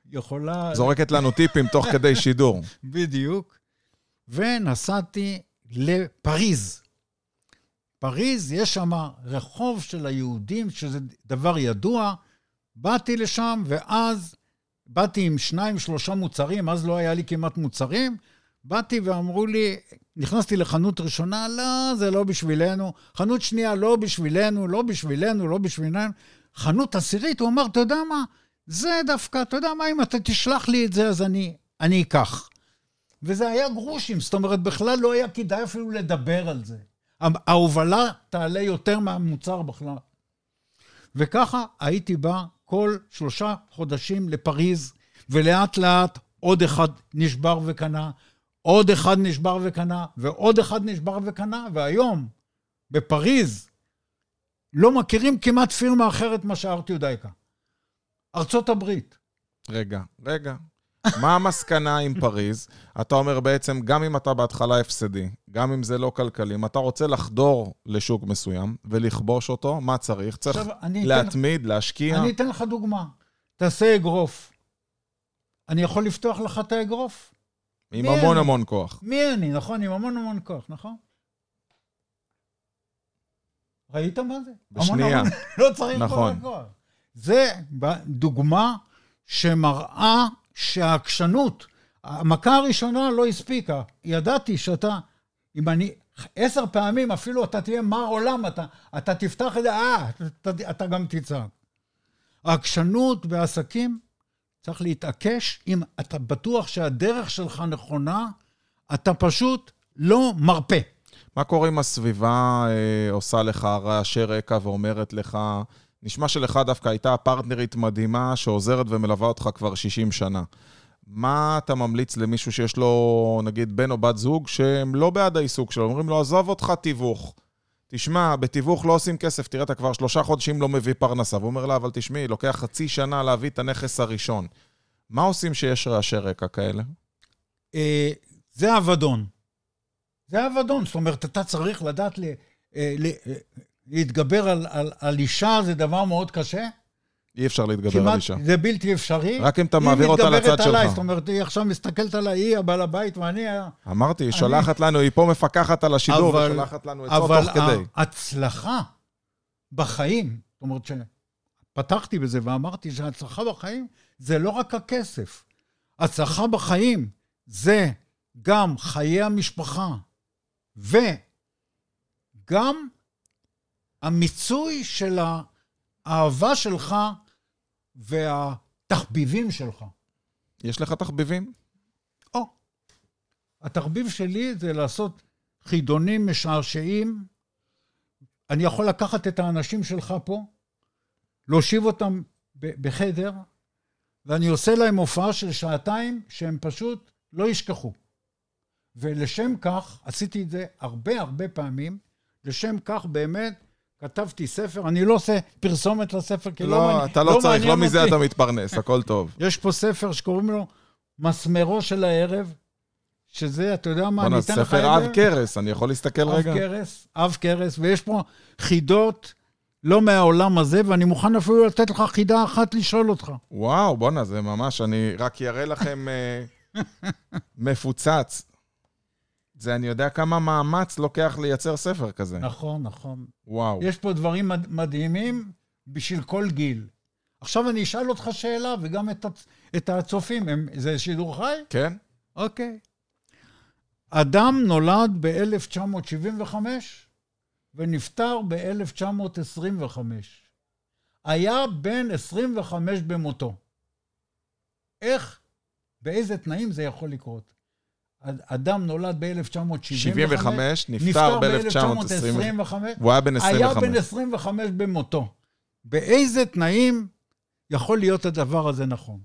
יכולה...
זורקת לנו טיפים תוך כדי שידור.
בדיוק. ונסעתי לפריז. פריז, יש שם רחוב של היהודים, שזה דבר ידוע. באתי לשם, ואז באתי עם 2-3 מוצרים, אז לא היה לי כמעט מוצרים. באתי ואמרו לי, נכנסתי לחנות ראשונה, לא, זה לא בשבילנו. חנות שנייה, לא בשבילנו, לא בשבילנו, לא בשבילנו. חנות עשירית, הוא אמר, אתה יודע מה? זה דווקא, אתה יודע מה, אם אתה תשלח לי את זה, אז אני אקח. וזה היה גרושים, זאת אומרת, בכלל לא היה כדאי אפילו לדבר על זה. ההובלה תעלה יותר מהמוצר בכלל. וככה הייתי בא כל 3 חודשים לפריז, ולאט לאט עוד אחד נשבר וקנה, עוד אחד נשבר וקנה, ועוד אחד נשבר וקנה, והיום בפריז לא מכירים כמעט פירמה אחרת מה שארטיו דייקה. ארצות הברית.
רגע. מה המסקנה עם פריז? אתה אומר בעצם, גם אם אתה בהתחלה הפסדי, גם אם זה לא כלכלי, אם אתה רוצה לחדור לשוק מסוים ולכבוש אותו, מה צריך? צריך להתמיד, להשקיע?
אני אתן לך דוגמה. תעשה אגרוף. אני יכול לפתוח לך את האגרוף?
עם המון כוח.
מי אני, נכון? עם המון כוח, נכון? ראית מה זה?
בשנייה.
לא צריך נכון. כוח. זה דוגמה שמראה שהעקשנות, המכה הראשונה לא הספיקה. ידעתי שאתה, אם אני 10 פעמים, אפילו אתה תהיה מר עולם, אתה תפתח את זה, אתה גם תצעק. העקשנות בעסקים, צריך להתעקש, אם אתה בטוח שהדרך שלך נכונה, אתה פשוט לא מרפא.
מה קורה אם הסביבה עושה לך רעשי רקע ואומרת לך, נשמע שלך דווקא הייתה פרטנרית מדהימה שעוזרת ומלווה אותך כבר 60 שנה. מה אתה ממליץ למישהו שיש לו, נגיד, בן או בת זוג, שהם לא בעד העיסוק שלו, אומרים לו, עזוב אותך תיווך. תשמע, בתיווך לא עושים כסף, תראה, אתה כבר 3 חודשים לא מביא פרנסה. והוא אומר לה, אבל תשמעי, לוקח 0.5 שנה להביא את הנכס הראשון. מה עושים שיש רעשי רקע כאלה?
זה אבדון. זה אבדון, זאת אומרת, אתה צריך לדעת להתגבר על אישה, זה דבר מאוד קשה.
אי אפשר להתגבר על אישה.
זה בלתי אפשרי.
רק אם אתה מעביר אותה לצד שלך.
זאת אומרת, היא עכשיו מסתכלת על היא, הבעל הבית, ואני...
אמרתי, היא שולחת לנו, היא פה מפקחת על השידור, ושולחת לנו את זאת תוך כדי.
אבל ההצלחה בחיים, זאת אומרת שפתחתי בזה ואמרתי שההצלחה בחיים זה לא רק הכסף. הצלחה בחיים זה גם חיי המשפחה, וגם המיצוי של האהבה שלך והתחביבים שלך.
יש לך תחביבים?
התחביב שלי זה לעשות חידונים משעשעים. אני יכול לקחת את האנשים שלך פה, להושיב אותם בחדר, ואני עושה להם הופעה של 2 שהם פשוט לא ישכחו. ולשם כך, עשיתי את זה הרבה פעמים, לשם כך באמת כתבתי ספר, אני לא עושה פרסומת לספר, כי
לא, אתה לא צריך, לא מזה אתה מתפרנס, הכל טוב.
יש פה ספר שקוראים לו מסמרו של הערב, שזה, אתה יודע מה, אני אתן לך את זה.
ספר אב קרס, אני יכול להסתכל רגע?
אב קרס, ויש פה חידות לא מהעולם הזה, ואני מוכן אפילו לתת לך חידה אחת לשאול אותך.
וואו, בונה, זה ממש, אני רק יראה לכם מפוצץ. זה אני יודע כמה מאמץ לוקח לייצר ספר כזה.
נכון.
וואו.
יש פה דברים מדהימים בשביל כל גיל. עכשיו אני אשאל אותך שאלה, וגם את הצופים. זה שידור חי?
כן.
אוקיי. אדם נולד ב-1975, ונפטר ב-1925. היה בן 25 במותו. איך, באיזה תנאים זה יכול לקרות? אדם נולד ב-1975,
נפטר ב-1925, והוא היה בן 25.
היה בן 25 במותו. באיזה תנאים יכול להיות הדבר הזה נכון?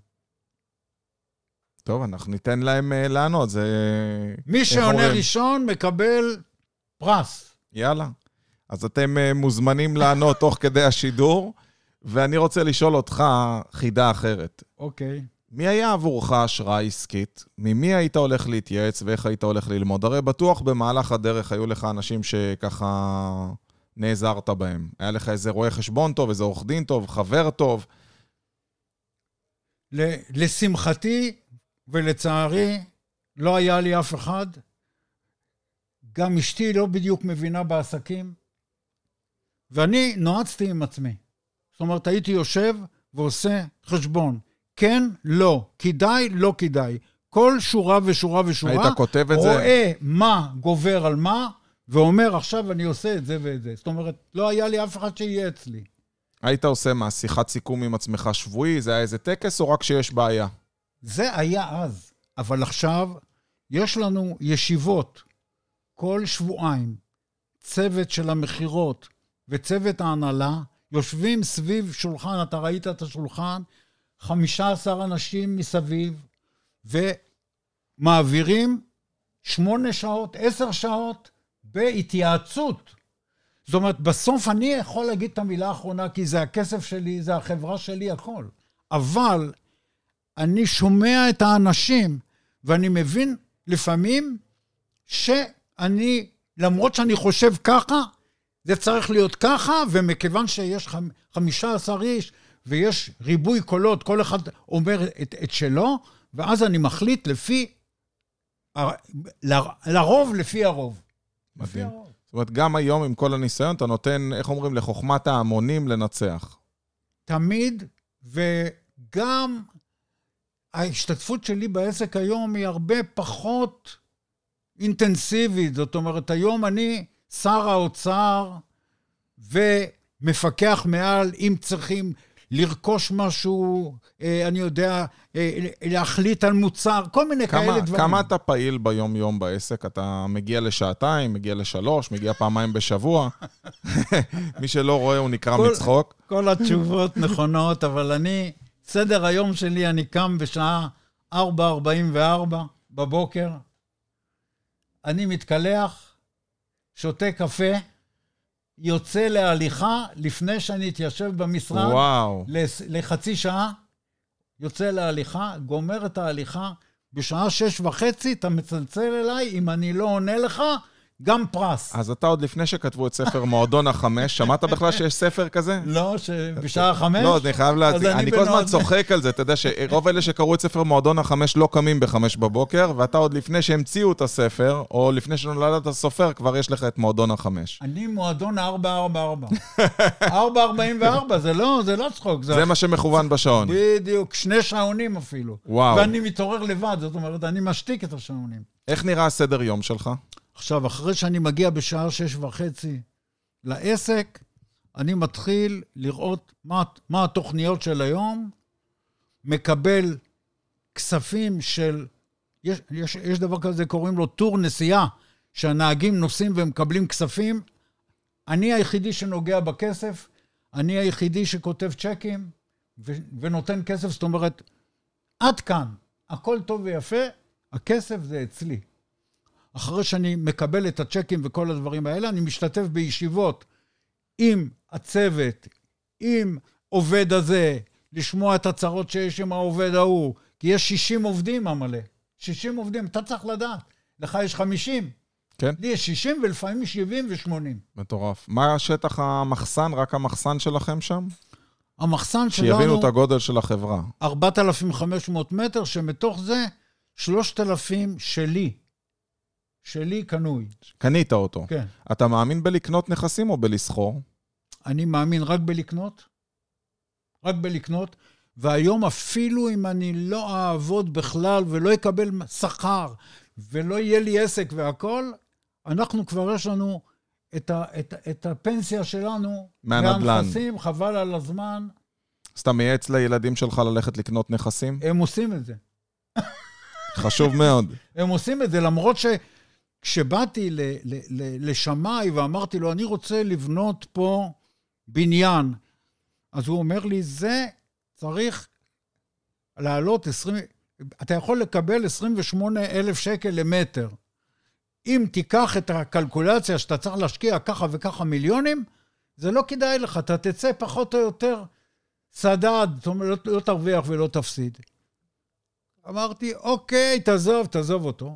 טוב, אנחנו ניתן להם לענות.
מי שעונה ראשון מקבל פרס.
יאללה. אז אתם מוזמנים לענות תוך כדי השידור, ואני רוצה לשאול אותך חידה אחרת.
אוקיי.
מי היה עבורך השראה עסקית? ממי היית הולך להתייעץ ואיך היית הולך ללמוד? הרי בטוח במהלך הדרך היו לך אנשים שככה נעזרת בהם. היה לך איזה רואה חשבון טוב, איזה עורך דין טוב, חבר טוב.
לשמחתי ולצערי, לא היה לי אף אחד. גם אשתי לא בדיוק מבינה בעסקים. ואני נועצתי עם עצמי. זאת אומרת, הייתי יושב ועושה חשבון. כן, לא. כדאי, לא כדאי. כל שורה ושורה ושורה.
היית כותב את זה?
רואה מה גובר על מה, ואומר, עכשיו אני עושה את זה ואת זה. זאת אומרת, לא היה לי אף אחד שיהיה אצלי.
היית עושה מה? שיחת סיכום עם עצמך שבועי? זה היה איזה טקס או רק שיש בעיה?
זה היה אז. אבל עכשיו יש לנו ישיבות כל שבועיים. צוות של המחירות וצוות ההנהלה יושבים סביב שולחן, אתה ראית את השולחן, 15 אנשים מסביב, ומעבירים 8 שעות, 10 שעות בהתייעצות. זאת אומרת, בסוף אני יכול להגיד את המילה האחרונה, כי זה הכסף שלי, זה החברה שלי, הכל. אבל אני שומע את האנשים, ואני מבין לפעמים שאני, למרות שאני חושב ככה, זה צריך להיות ככה, ומכיוון שיש 15 איש, ויש ריבוי קולות, כל אחד אומר את שלו, ואז אני מחליט לפי, לרוב לפי הרוב.
מדהים. זאת אומרת, גם היום עם כל הניסיון, אתה נותן, איך אומרים, לחוכמת ההמונים לנצח.
תמיד, וגם ההשתתפות שלי בעסק היום היא הרבה פחות אינטנסיבית. זאת אומרת, היום אני שר האוצר ומפקח מעל, אם צריכים לרכוש משהו, אני יודע, להחליט על מוצר, כל מיני כאלה דברים.
כמה אתה פעיל ביום יום בעסק? אתה מגיע לשעתיים, מגיע לשלוש, מגיע פעמיים בשבוע? מי שלא רואה הוא נקרא מצחוק.
כל התשובות נכונות, אבל אני, סדר היום שלי, אני קם בשעה 4:44 בבוקר, אני מתקלח, שותה קפה, יוצא להליכה לפני שאני אתיישב במשרד.
וואו.
לחצי שעה, יוצא להליכה, גומר את ההליכה, בשעה 6:30 אתה מצלצל אליי, אם אני לא עונה לך, גם פרס.
אז אתה עוד לפני שכתבו את ספר מועדון החמש, שמעת בכלל שיש ספר כזה?
לא, שבשעה 5?
לא, אני חייב להציג. אני כל הזמן צוחק על זה, אתה יודע שרוב אלה שקראו את ספר מועדון החמש לא קמים ב5 בבוקר, ואתה עוד לפני שהמציאו את הספר, או לפני שנולדת הסופר, כבר יש לך את מועדון החמש.
אני מועדון 444. 4:44, זה לא צחוק.
זה מה שמכוון בשעון.
בדיוק, 2 שעונים אפילו.
וואו.
ואני מתעורר לבד, זאת אומרת, אני משתיק את השעונים.
איך נראה הסדר יום שלך?
עכשיו, אחרי שאני מגיע בשעה 6:30 לעסק, אני מתחיל לראות מה התוכניות של היום, מקבל כספים של, יש דבר כזה, קוראים לו טור נסיעה, שהנהגים נוסעים ומקבלים כספים. אני היחידי שנוגע בכסף, אני היחידי שכותב צ'קים ונותן כסף, זאת אומרת, עד כאן, הכל טוב ויפה, הכסף זה אצלי. אחרי שאני מקבל את הצ'קים וכל הדברים האלה, אני משתתף בישיבות עם הצוות, עם עובד הזה, לשמוע את הצרות שיש עם העובד ההוא, כי יש 60 עובדים המלא. 60 עובדים, אתה צריך לדעת. לך יש 50.
כן.
לי יש 60 ולפעמים 70 ו-80.
מטורף. מה השטח המחסן? רק המחסן שלכם שם?
המחסן שלנו...
שיבינו את הגודל של החברה.
4,500 מטר, שמתוך זה 3,000 שלי קנוי.
קנית אותו.
כן.
אתה מאמין בלקנות נכסים או בלסחור?
אני מאמין רק בלקנות. רק בלקנות. והיום אפילו אם אני לא אעבוד בכלל ולא אקבל שכר ולא יהיה לי עסק והכל, אנחנו כבר יש לנו את הפנסיה שלנו.
מהנדל"ן.
מהנכסים, חבל על הזמן.
אז אתה מייעץ לילדים שלך ללכת לקנות נכסים?
הם עושים את זה.
חשוב מאוד.
הם עושים את זה, למרות כשבאתי לשמאי ואמרתי לו, אני רוצה לבנות פה בניין, אז הוא אומר לי, זה צריך לעלות 20, אתה יכול לקבל 28,000 שקל למטר. אם תיקח את הקלקולציה שאתה צריך להשקיע ככה וככה מיליונים, זה לא כדאי לך, אתה תצא פחות או יותר סדד, זאת אומרת, לא תרוויח ולא תפסיד. אמרתי, אוקיי, תעזוב אותו.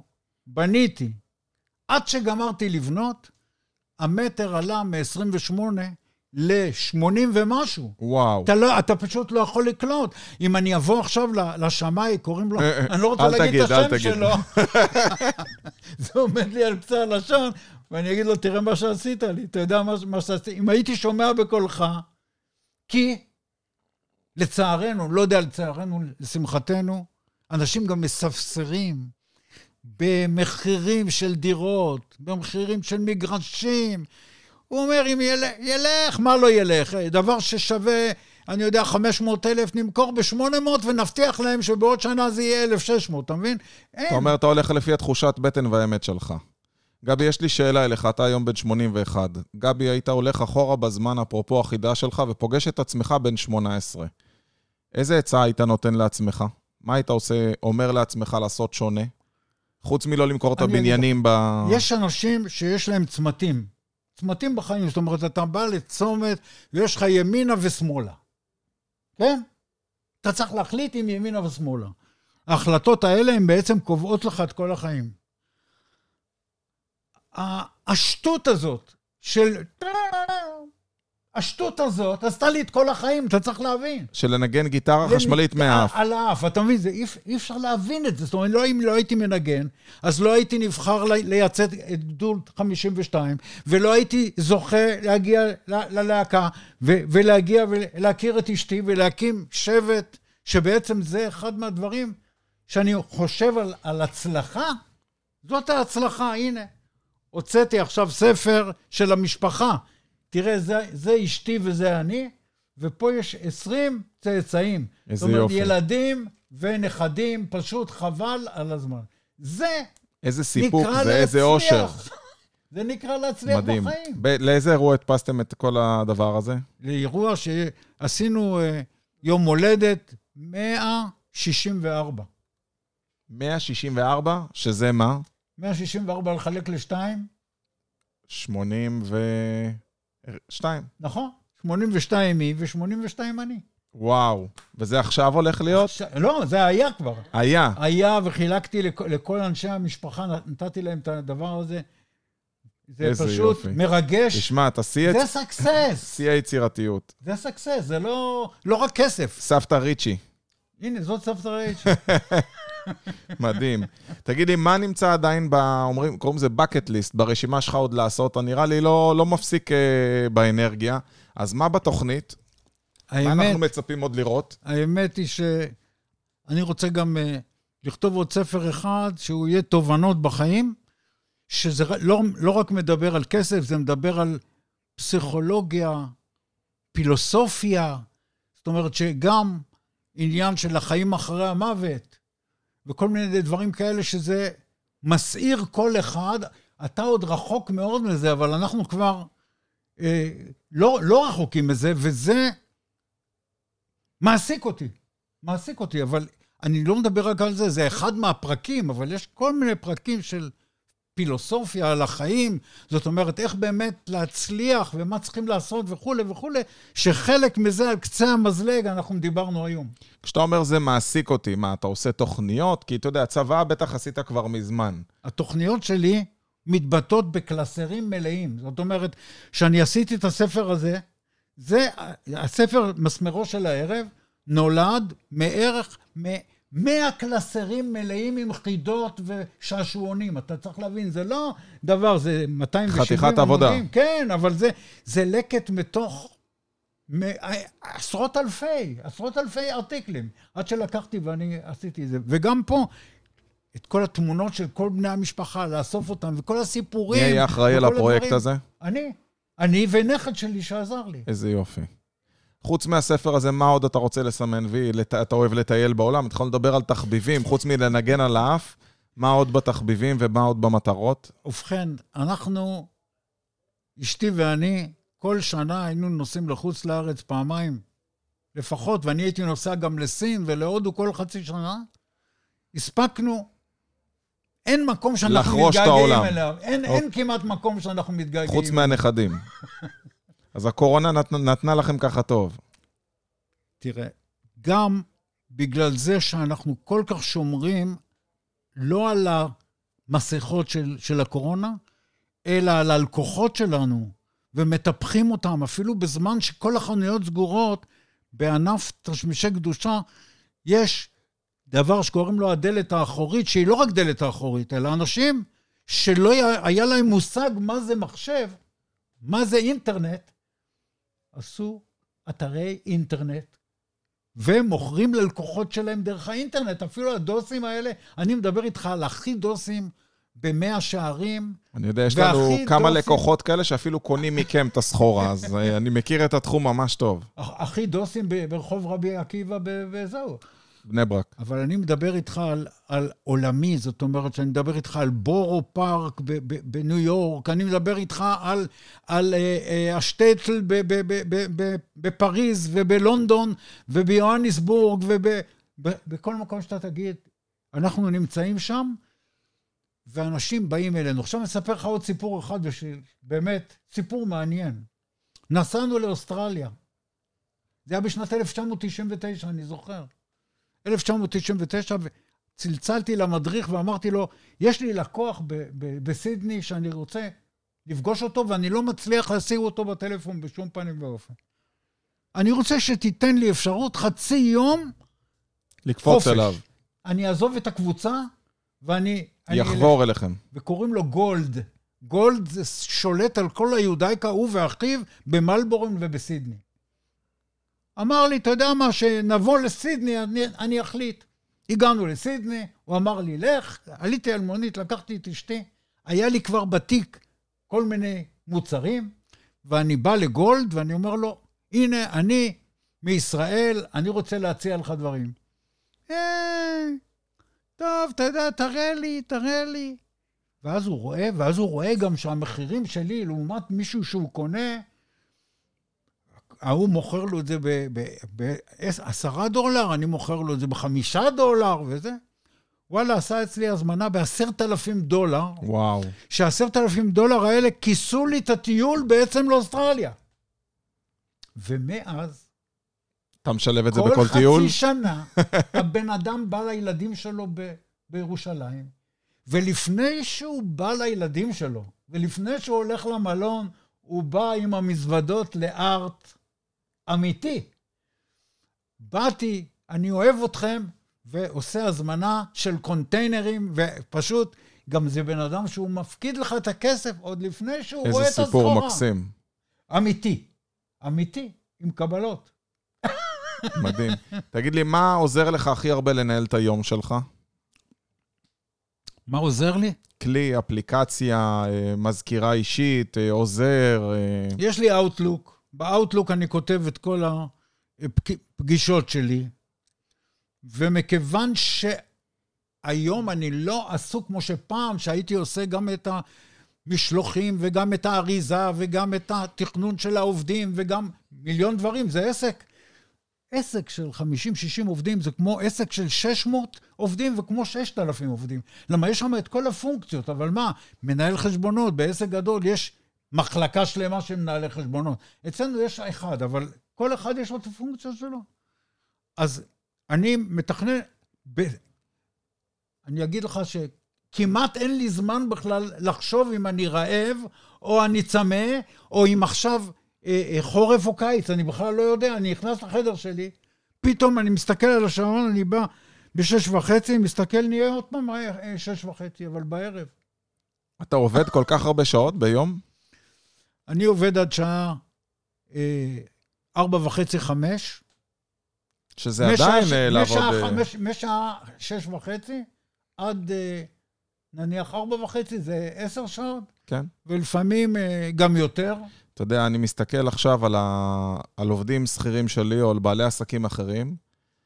בניתי. עד שגמרתי לבנות, המטר עלה מ-28 ל-80 ומשהו.
וואו.
אתה פשוט לא יכול לקלוט. אם אני אבוא עכשיו לשמאי, קוראים לו, אני לא רוצה להגיד את השם שלו. זה עומד לי על קצה הלשון, ואני אגיד לו, תראה מה שעשית לי, אתה יודע מה שעשית. אם הייתי שומע בקולך, כי לצערנו, לא יודע לצערנו, לשמחתנו, אנשים גם מספסרים במחירים של דירות, במחירים של מגרשים. הוא אומר, אם ילך, מה לא ילך? דבר ששווה, אני יודע, 500,000, נמכור ב-800 ונבטיח להם שבעוד שנה זה יהיה 1,600, אתה מבין?
אתה אומר, אתה הולך לפי התחושת בטן והאמת שלך. גבי, יש לי שאלה אליך, אתה היום בן 81. גבי, היית הולך אחורה בזמן, אפרופו החידה שלך, ופוגש את עצמך בן 18. איזה עצה היית נותן לעצמך? מה היית עושה, אומר לעצמך לעשות שונה? חוץ מלא למכור את הבניינים
יש אנשים שיש להם צמתים בחיים, זאת אומרת, אתה בא לצומת, ויש לך ימינה ושמאלה. כן? אתה צריך להחליט עם ימינה ושמאלה. ההחלטות האלה הן בעצם קובעות לך את כל החיים. השטות הזאת עשתה לי את כל החיים, אתה צריך להבין.
של לנגן גיטרה חשמלית מהאף.
על האף, אתה מבין, אי אפשר להבין את זה. זאת אומרת, אם לא הייתי מנגן, אז לא הייתי נבחר לייצא את גדוד 52, ולא הייתי זוכה להגיע ללהקה, ולהגיע ולהכיר את אשתי, ולהקים שבט, שבעצם זה אחד מהדברים שאני חושב על הצלחה. זאת ההצלחה, הנה. הוצאתי עכשיו ספר של המשפחה. תראה, זה אשתי וזה אני, ופה יש 20 צאצאים.
איזה יופי.
זאת אומרת, ילדים ונכדים, פשוט חבל על הזמן. זה
איזה סיפוק, זה איזה אושר.
זה נקרא להצליח
מדהים.
בחיים.
לאיזה אירוע הדפסתם את כל הדבר הזה?
לאירוע שעשינו יום הולדת 164.
164, שזה מה?
164 לחלק לשתיים.
82.
נכון, 82 היא ו82 אני.
וואו, וזה עכשיו הולך להיות?
לא, זה היה כבר.
היה
וחילקתי לכל אנשי המשפחה, נתתי להם את הדבר הזה. זה פשוט
יופי.
מרגש.
תשמע,
זה סקסס.
שיא היצירתיות.
זה סקסס, זה לא רק כסף.
סבתא ריצ'י.
הנה, זאת סבתא ריצ'י.
מדהים. תגיד לי, מה נמצא עדיין, קוראים זה bucket list, ברשימה שלך עוד לעשות? אתה נראה לי לא מפסיק באנרגיה. אז מה בתוכנית? מה אנחנו מצפים עוד לראות?
האמת היא שאני רוצה גם לכתוב עוד ספר אחד, שהוא יהיה תובנות בחיים, שזה לא רק מדבר על כסף, זה מדבר על פסיכולוגיה, פילוסופיה, זאת אומרת שגם עניין של החיים אחרי המוות, וכל מיני דברים כאלה שזה מסעיר כל אחד. אתה עוד רחוק מאוד מזה, אבל אנחנו כבר לא רחוקים מזה, וזה מעסיק אותי, אבל אני לא מדבר רק על זה, זה אחד מהפרקים, אבל יש כל מיני פרקים של פילוסופיה על החיים, זאת אומרת, איך באמת להצליח ומה צריכים לעשות וכו' וכו', שחלק מזה על קצה המזלג אנחנו דיברנו היום.
כשאתה אומר זה מעסיק אותי, מה, אתה עושה תוכניות? כי אתה יודע, הצבא בטח עשית כבר מזמן.
התוכניות שלי מתבטאות בקלסרים מלאים, זאת אומרת, שאני עשיתי את הספר הזה, זה, הספר מסמרו של הערב, נולד מערך 100 קלסרים מלאים עם חידות ושעשועונים. אתה צריך להבין, זה לא דבר, זה 270
חתיכת עבודה.
כן, אבל זה לקט מתוך עשרות אלפי ארטיקלים. עד שלקחתי ואני עשיתי את זה. וגם פה, את כל התמונות של כל בני המשפחה, לאסוף אותם, וכל הסיפורים.
מי היה אחראי על הפרויקט הזה?
אני ונכד שלי שעזר לי.
איזה יופי. חוץ מהספר הזה, מה עוד אתה רוצה לסמן? אתה אוהב לטייל בעולם? אתה יכול לדבר על תחביבים, חוץ מלנגן על האף, מה עוד בתחביבים ומה עוד במטרות?
ובכן, אנחנו, אשתי ואני, כל שנה היינו נוסעים לחוץ לארץ פעמיים, לפחות, ואני הייתי נוסע גם לסין ולהודו כל חצי שנה. הספקנו, אין מקום שאנחנו מתגעגעים אליו. אין כמעט מקום שאנחנו מתגעגעים.
חוץ מהנכדים. אז הקורונה נתנה לכם ככה טוב.
תראה, גם בגלל זה שאנחנו כל כך שומרים, לא על המסכות של הקורונה, אלא על הלקוחות שלנו, ומטפחים אותם, אפילו בזמן שכל החנויות סגורות, בענף תשמישי קדושה, יש דבר שקוראים לו הדלת האחורית, שהיא לא רק דלת האחורית, אלא אנשים שלא היה להם מושג מה זה מחשב, מה זה אינטרנט, עשו אתרי אינטרנט, ומוכרים ללקוחות שלהם דרך האינטרנט, אפילו הדוסים האלה, אני מדבר איתך על הכי דוסים ב100 שערים.
אני יודע, יש לנו כמה לקוחות כאלה שאפילו קונים מכם את הסחורה, אז אני מכיר את התחום ממש טוב.
הכי דוסים ברחוב רבי עקיבא וזהו.
בני ברק.
אבל אני מדבר איתך על עולמי, זאת אומרת שאני מדבר איתך על בורו פארק בניו יורק, אני מדבר איתך על השטטל בפריז ובלונדון וביואניסבורג ובכל מקום שאתה תגיד, אנחנו נמצאים שם, ואנשים באים אלינו. עכשיו אני אספר לך עוד סיפור אחד, באמת סיפור מעניין. נסענו לאוסטרליה, זה היה בשנת 1999, אני זוכר. 1999, וצלצלתי למדריך ואמרתי לו, יש לי לקוח בסידני שאני רוצה לפגוש אותו, ואני לא מצליח להשיג אותו בטלפון בשום פנים ואופן. אני רוצה שתיתן לי אפשרות חצי יום
לקפוץ אליו.
אני אעזוב את הקבוצה, ואני
יחבור אליכם.
וקוראים לו גולד. גולד זה שולט על כל היהודייקה, הוא ואחיו, במלבורן ובסידני. אמר לי, אתה יודע מה, שנבוא לסידני, אני אחליט. הגענו לסידני, הוא אמר לי, לך, עליתי על מונית, לקחתי את אשתי, היה לי כבר בתיק כל מיני מוצרים, ואני בא לגולד, ואני אומר לו, הנה, אני מישראל, אני רוצה להציע לך דברים. טוב, אתה יודע, תראה לי. ואז הוא רואה גם שהמחירים שלי, לעומת מישהו שהוא קונה, הוא מוכר לו את זה $10, אני מוכר לו את זה $5 וזה. וואלה, עשה אצלי הזמנה $10,000.
וואו.
$10,000 האלה כיסו לי את הטיול בעצם לאוסטרליה. ומאז,
אתה משלב את זה בכל טיול?
כל חצי שנה, הבן אדם בא לילדים שלו בירושלים, ולפני שהוא בא לילדים שלו, ולפני שהוא הולך למלון, הוא בא עם המזוודות לארט אמיתי. באתי, אני אוהב אתכם, ועושה הזמנה של קונטיינרים, ופשוט, גם זה בן אדם שהוא מפקיד לך את הכסף, עוד לפני שהוא רואה את הסחורה.
איזה סיפור מקסים.
אמיתי, עם קבלות.
מדהים. תגיד לי, מה עוזר לך הכי הרבה לנהל את היום שלך?
מה עוזר לי?
כלי, אפליקציה, מזכירה אישית, עוזר.
יש לי אאוטלוק. באאוטלוק אני כותב את כל הפגישות שלי, ומכיוון שהיום אני לא עסוק כמו שפעם, שהייתי עושה גם את המשלוחים, וגם את האריזה, וגם את התכנון של העובדים, וגם מיליון דברים, זה עסק. עסק של 50-60 עובדים זה כמו עסק של 600 עובדים וכמו 6,000 עובדים. למה יש שם את כל הפונקציות, אבל מה? מנהל חשבונות, בעסק גדול יש מחלקה שלמה של מנהלי חשבונות. אצלנו יש אחד, אבל כל אחד יש לו את הפונקציה שלו. אז אני מתכנן, אני אגיד לך שכמעט אין לי זמן בכלל לחשוב אם אני רעב, או אני צמא, או אם עכשיו חורף או קיץ, אני בכלל לא יודע, אני נכנס לחדר שלי, פתאום אני מסתכל על השעון, אני בא ב6:30, מסתכל, נהיה עוד פעם 6:30, אבל בערב.
אתה עובד כל כך הרבה שעות ביום?
אני עובד עד שעה 4:30-5.
שזה עדיין לעבוד...
משעה 6:30 עד נניח 4:30, זה 10 שעות.
כן.
ולפעמים גם יותר.
אתה יודע, אני מסתכל עכשיו על עובדים שכירים שלי, או על בעלי עסקים אחרים,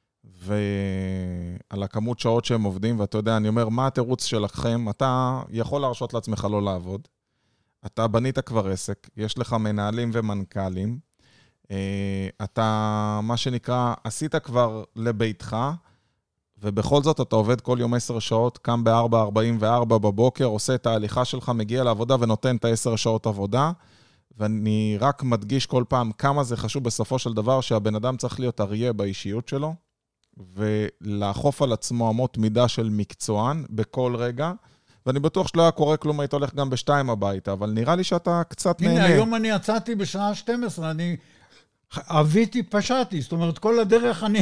ועל הכמות שעות שהם עובדים, ואתה יודע, אני אומר, מה התירוץ שלכם? אתה יכול להרשות לעצמך לא לעבוד. אתה בנית כבר עסק, יש לך מנהלים ומנכ"לים, אתה, מה שנקרא, עשית כבר לביתך, ובכל זאת אתה עובד כל יום 10 שעות, קם ב4:44 בבוקר, עושה את ההליכה שלך, מגיע לעבודה ונותן את 10 שעות עבודה, ואני רק מדגיש כל פעם כמה זה חשוב בסופו של דבר, שהבן אדם צריך להיות אריה באישיות שלו, ולאכוף על עצמו אמות מידה של מקצוען בכל רגע, ואני בטוח שלא היה קורה כלום, היית הולך גם ב-2 הביתה, אבל נראה לי שאתה קצת נהנה.
הנה, היום אני יצאתי בשעה 12, אני אביתי פשעתי, זאת אומרת, כל הדרך אני...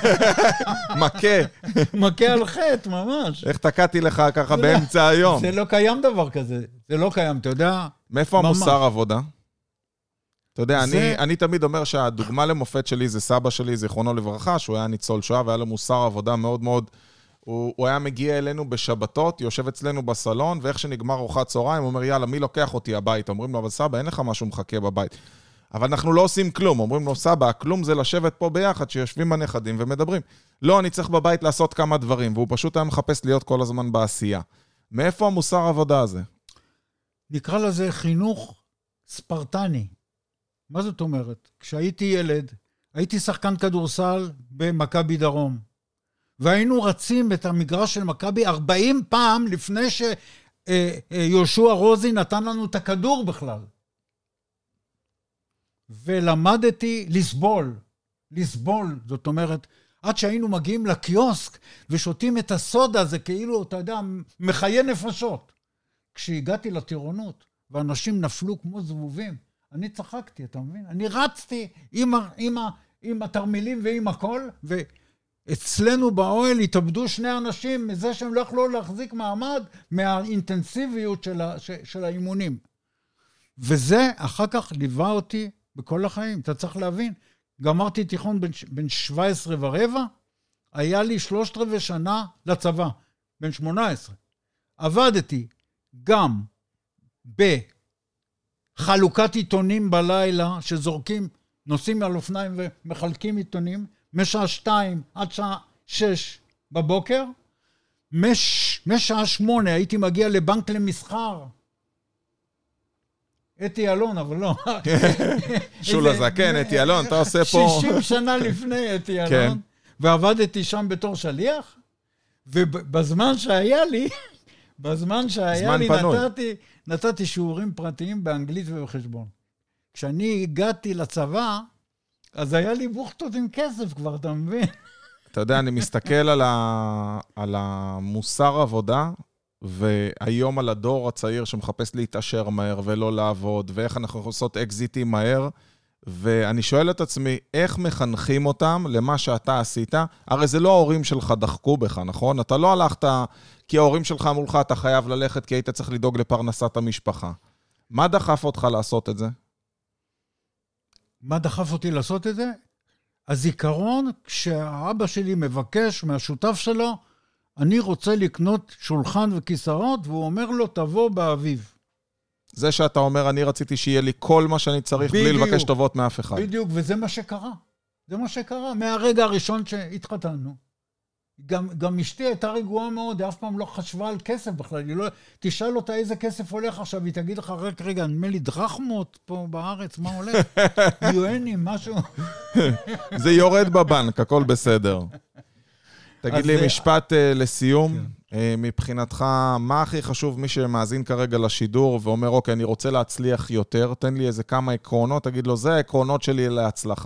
מכה על חטא, ממש.
איך תקעתי לך ככה באמצע היום?
זה לא קיים דבר כזה, זה לא קיים, אתה יודע?
מאיפה המוסר עבודה? אתה יודע, אני תמיד אומר שהדוגמה למופת שלי זה סבא שלי, זיכרונו לברכה, שהוא היה ניצול שואה, והיה לו מוסר עבודה מאוד מאוד... הוא היה מגיע אלינו בשבתות, יושב אצלנו בסלון, ואיך שנגמר ארוחת צהריים, הוא אומר, יאללה, מי לוקח אותי הביתה? אומרים לו, אבל סבא, אין לך משהו מחכה בבית. אבל אנחנו לא עושים כלום. אומרים לו, סבא, הכלום זה לשבת פה ביחד, שיושבים הנכדים ומדברים. לא, אני צריך בבית לעשות כמה דברים, והוא פשוט היה מחפש להיות כל הזמן בעשייה. מאיפה המוסר העבודה הזה?
נקרא לזה חינוך ספרטני. מה זאת אומרת? כשהייתי ילד, הייתי שחקן כדורסל במכבי דרום. והיינו רצים את המגרש של מכבי 40 פעם לפני שיהושע רוזי נתן לנו את הכדור בכלל. ולמדתי לסבול, זאת אומרת, עד שהיינו מגיעים לקיוסק ושותים את הסודה, זה כאילו, אתה יודע, מחיי נפשות. כשהגעתי לטירונות, ואנשים נפלו כמו זבובים, אני צחקתי, אתה מבין? אני רצתי עם התרמילים ועם הכל, אצלנו באוהל התאבדו 2 אנשים מזה שהם לא יכלו להחזיק מעמד מהאינטנסיביות של האימונים. וזה אחר כך ליווה אותי בכל החיים. אתה צריך להבין, גמרתי תיכון בין 17 ורבע, היה לי 3/4 שנה לצבא, בין 18. עבדתי גם בחלוקת עיתונים בלילה, שזורקים, נוסעים על אופניים ומחלקים עיתונים, משעה 2 עד שעה 6 בבוקר, משעה 8 הייתי מגיע לבנק למסחר. אתי אלון, אבל לא.
שול הזקן, אתי אלון, אתה עושה פה...
60 שנה לפני אתי אלון, ועבדתי שם בתור שליח, ובזמן שהיה לי, נתתי שיעורים פרטיים באנגלית ובחשבון. כשאני הגעתי לצבא, אז היה לי בוכטות עם כסף כבר, אתה מבין?
אתה יודע, אני מסתכל על המוסר עבודה, והיום על הדור הצעיר שמחפש להתעשר מהר ולא לעבוד, ואיך אנחנו יכולים לעשות אקזיטים מהר, ואני שואל את עצמי, איך מחנכים אותם למה שאתה עשית? הרי זה לא ההורים שלך דחקו בך, נכון? אתה לא הלכת, כי ההורים שלך אמרו לך, אתה חייב ללכת, כי היית צריך לדאוג לפרנסת המשפחה. מה דחף אותך לעשות את זה?
מה דחף אותי לעשות את זה? הזיכרון, כשהאבא שלי מבקש מהשותף שלו, אני רוצה לקנות שולחן וכיסאות, והוא אומר לו, תבוא באביב.
זה שאתה אומר, אני רציתי שיהיה לי כל מה שאני צריך, בלי לבקש טובות מאף אחד.
בדיוק, וזה מה שקרה. זה מה שקרה, מהרגע הראשון שהתחתנו. גם אשתי הייתה רגועה מאוד, היא אף פעם לא חשבה על כסף בכלל. תשאל אותה איזה כסף הולך עכשיו, היא תגיד לך, רגע, נדמה לי דרחמות פה בארץ, מה הולך? יואנים, משהו.
זה יורד בבנק, הכל בסדר. תגיד לי משפט לסיום, מבחינתך, מה הכי חשוב מי שמאזין כרגע לשידור ואומר, אוקיי, אני רוצה להצליח יותר, תן לי איזה כמה עקרונות, תגיד לו, זה העקרונות שלי להצלחה.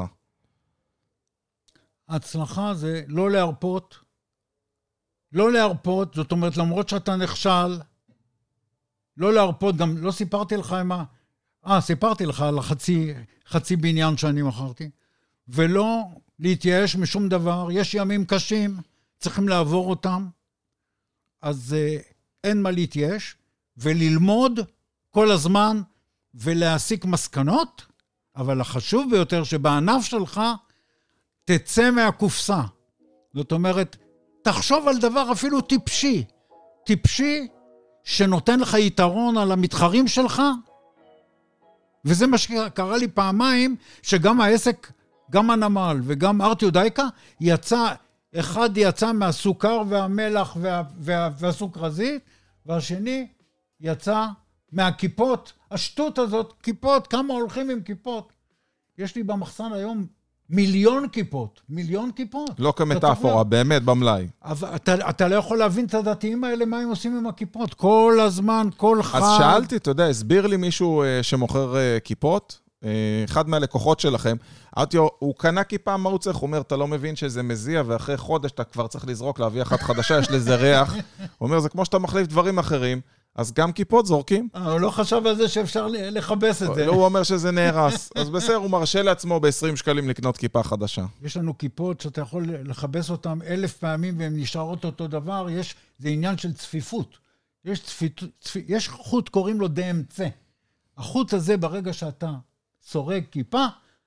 ההצלחה זה לא להרפות, לא להרפות, זאת אומרת, למרות שאתה נכשל, לא להרפות, גם לא סיפרתי לך סיפרתי לך על חצי בניין שאני מכרתי, ולא להתייאש משום דבר, יש ימים קשים, צריכים לעבור אותם, אז אין מה להתייאש, וללמוד כל הזמן, ולהסיק מסקנות, אבל החשוב ביותר שבענף שלך, תצא מהקופסה. זאת אומרת, תחשוב על דבר אפילו טיפשי, שנותן לך יתרון על המתחרים שלך, וזה מה שקרה לי פעמיים, שגם העסק, גם הנמל וגם ארטיודייקה, אחד יצא מהסוכר והמלח והסוכרזית, והשני יצא מהכיפות, השטות הזאת, כיפות, כמה הולכים עם כיפות. יש לי במחסן היום 1,000,000 כיפות, 1,000,000 כיפות.
לא כמטאפורה, באמת במלאי.
אבל אתה לא יכול להבין את הדתיים האלה, מה הם עושים עם הכיפות. כל הזמן, כל חג.
אז שאלתי, אתה יודע, הסביר לי מישהו שמוכר כיפות, אחד מהלקוחות שלכם, אמרתי לו, הוא קנה כיפה, מה הוא צריך? הוא אומר, אתה לא מבין שזה מזיע, ואחרי חודש אתה כבר צריך לזרוק, להביא אחת חדשה, יש לזה ריח. הוא אומר, זה כמו שאתה מחליף דברים אחרים, אז גם כיפות זורקים.
הוא לא חשב על זה שאפשר לחבס את זה.
לא, הוא אומר שזה נהרס. אז בסדר, הוא מרשה לעצמו ב-20 שקלים לקנות כיפה חדשה.
יש לנו כיפות שאתה יכול לחבס אותן 1000 פעמים, והן נשארות אותו דבר. זה עניין של צפיפות. יש חוט, קוראים לו DMC. החוט הזה, ברגע שאתה סורג כיפה,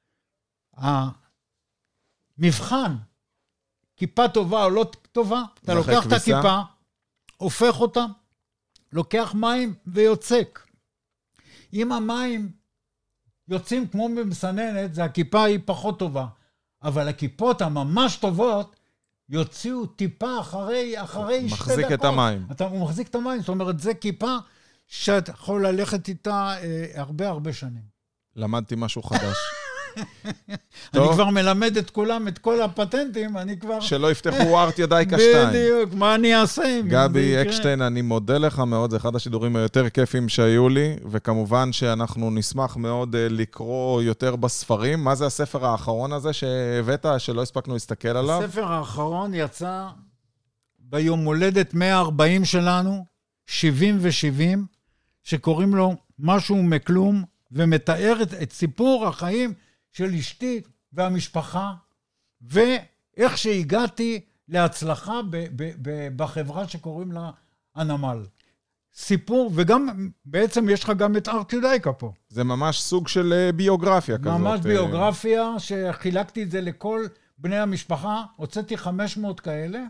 המבחן, כיפה טובה או לא טובה, אתה לוקח את הכיפה, הופך אותה, לוקח מים ויוצק. אם המים יוצאים כמו במסננת, זה הכיפה היא פחות טובה. אבל הכיפות הממש טובות, יוציאו טיפה אחרי 2 דקות.
מחזיק את המים.
הוא מחזיק את המים, זאת אומרת, זה כיפה שאתה יכול ללכת איתה הרבה שנים.
למדתי משהו חדש.
אני כבר מלמד את כולם, את כל הפטנטים, אני כבר...
שלא יפתחו ארט ידייקה 2.
בדיוק, מה אני אעשה?
גבי אקשטיין, אני מודה לך מאוד, זה אחד השידורים היותר כיפים שהיו לי, וכמובן שאנחנו נשמח מאוד לקרוא יותר בספרים. מה זה הספר האחרון הזה שהבאת, שלא הספקנו להסתכל עליו?
הספר האחרון יצא ביום הולדת 140 שלנו, 70 שקוראים לו משהו מכלום, ומתאר את סיפור החיים של אשתי והמשפחה, ואיך שהגעתי להצלחה בחברה שקוראים לה הנמל. סיפור, וגם בעצם יש לך גם את ארט ידייקה פה.
זה ממש סוג של ביוגרפיה כזאת.
ממש ביוגרפיה, שחילקתי את זה לכל בני המשפחה, הוצאתי 500 כאלה,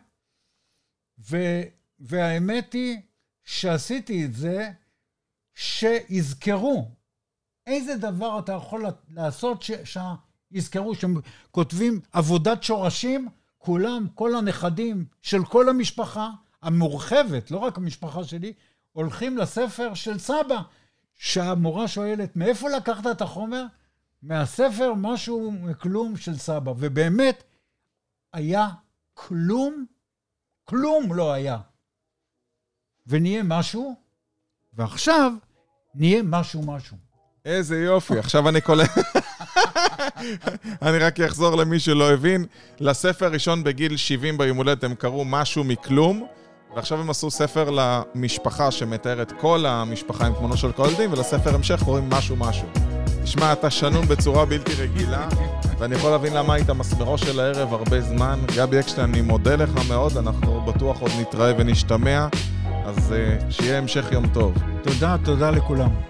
והאמת היא שעשיתי את זה, שיזכרו איזה דבר אתה יכול לעשות שיזכרו, שכותבים עבודת שורשים, כולם, כל הנכדים של כל המשפחה המורחבת, לא רק המשפחה שלי, הולכים לספר של סבא, שהמורה שואלת, מאיפה לקחת את החומר? מהספר משהו מכלום של סבא, ובאמת היה כלום לא היה. ונהיה משהו, ועכשיו נהיה משהו.
איזה יופי, עכשיו אני קולט. אני רק אחזור למי שלא הבין. לספר הראשון בגיל 70 ביום הולדת הם קראו משהו מכלום, ועכשיו הם עשו ספר למשפחה שמתאר את כל המשפחה עם תמונות של כל ילדים, ולספר המשך קוראים משהו. תשמע, אתה שנון בצורה בלתי רגילה, ואני יכול להבין למה היית מסמרו של הערב הרבה זמן. גבי אקשטיין, אני מודה לך מאוד, אנחנו בטוח עוד נתראה ונשתמע, אז שיהיה המשך יום טוב.
תודה לכולם.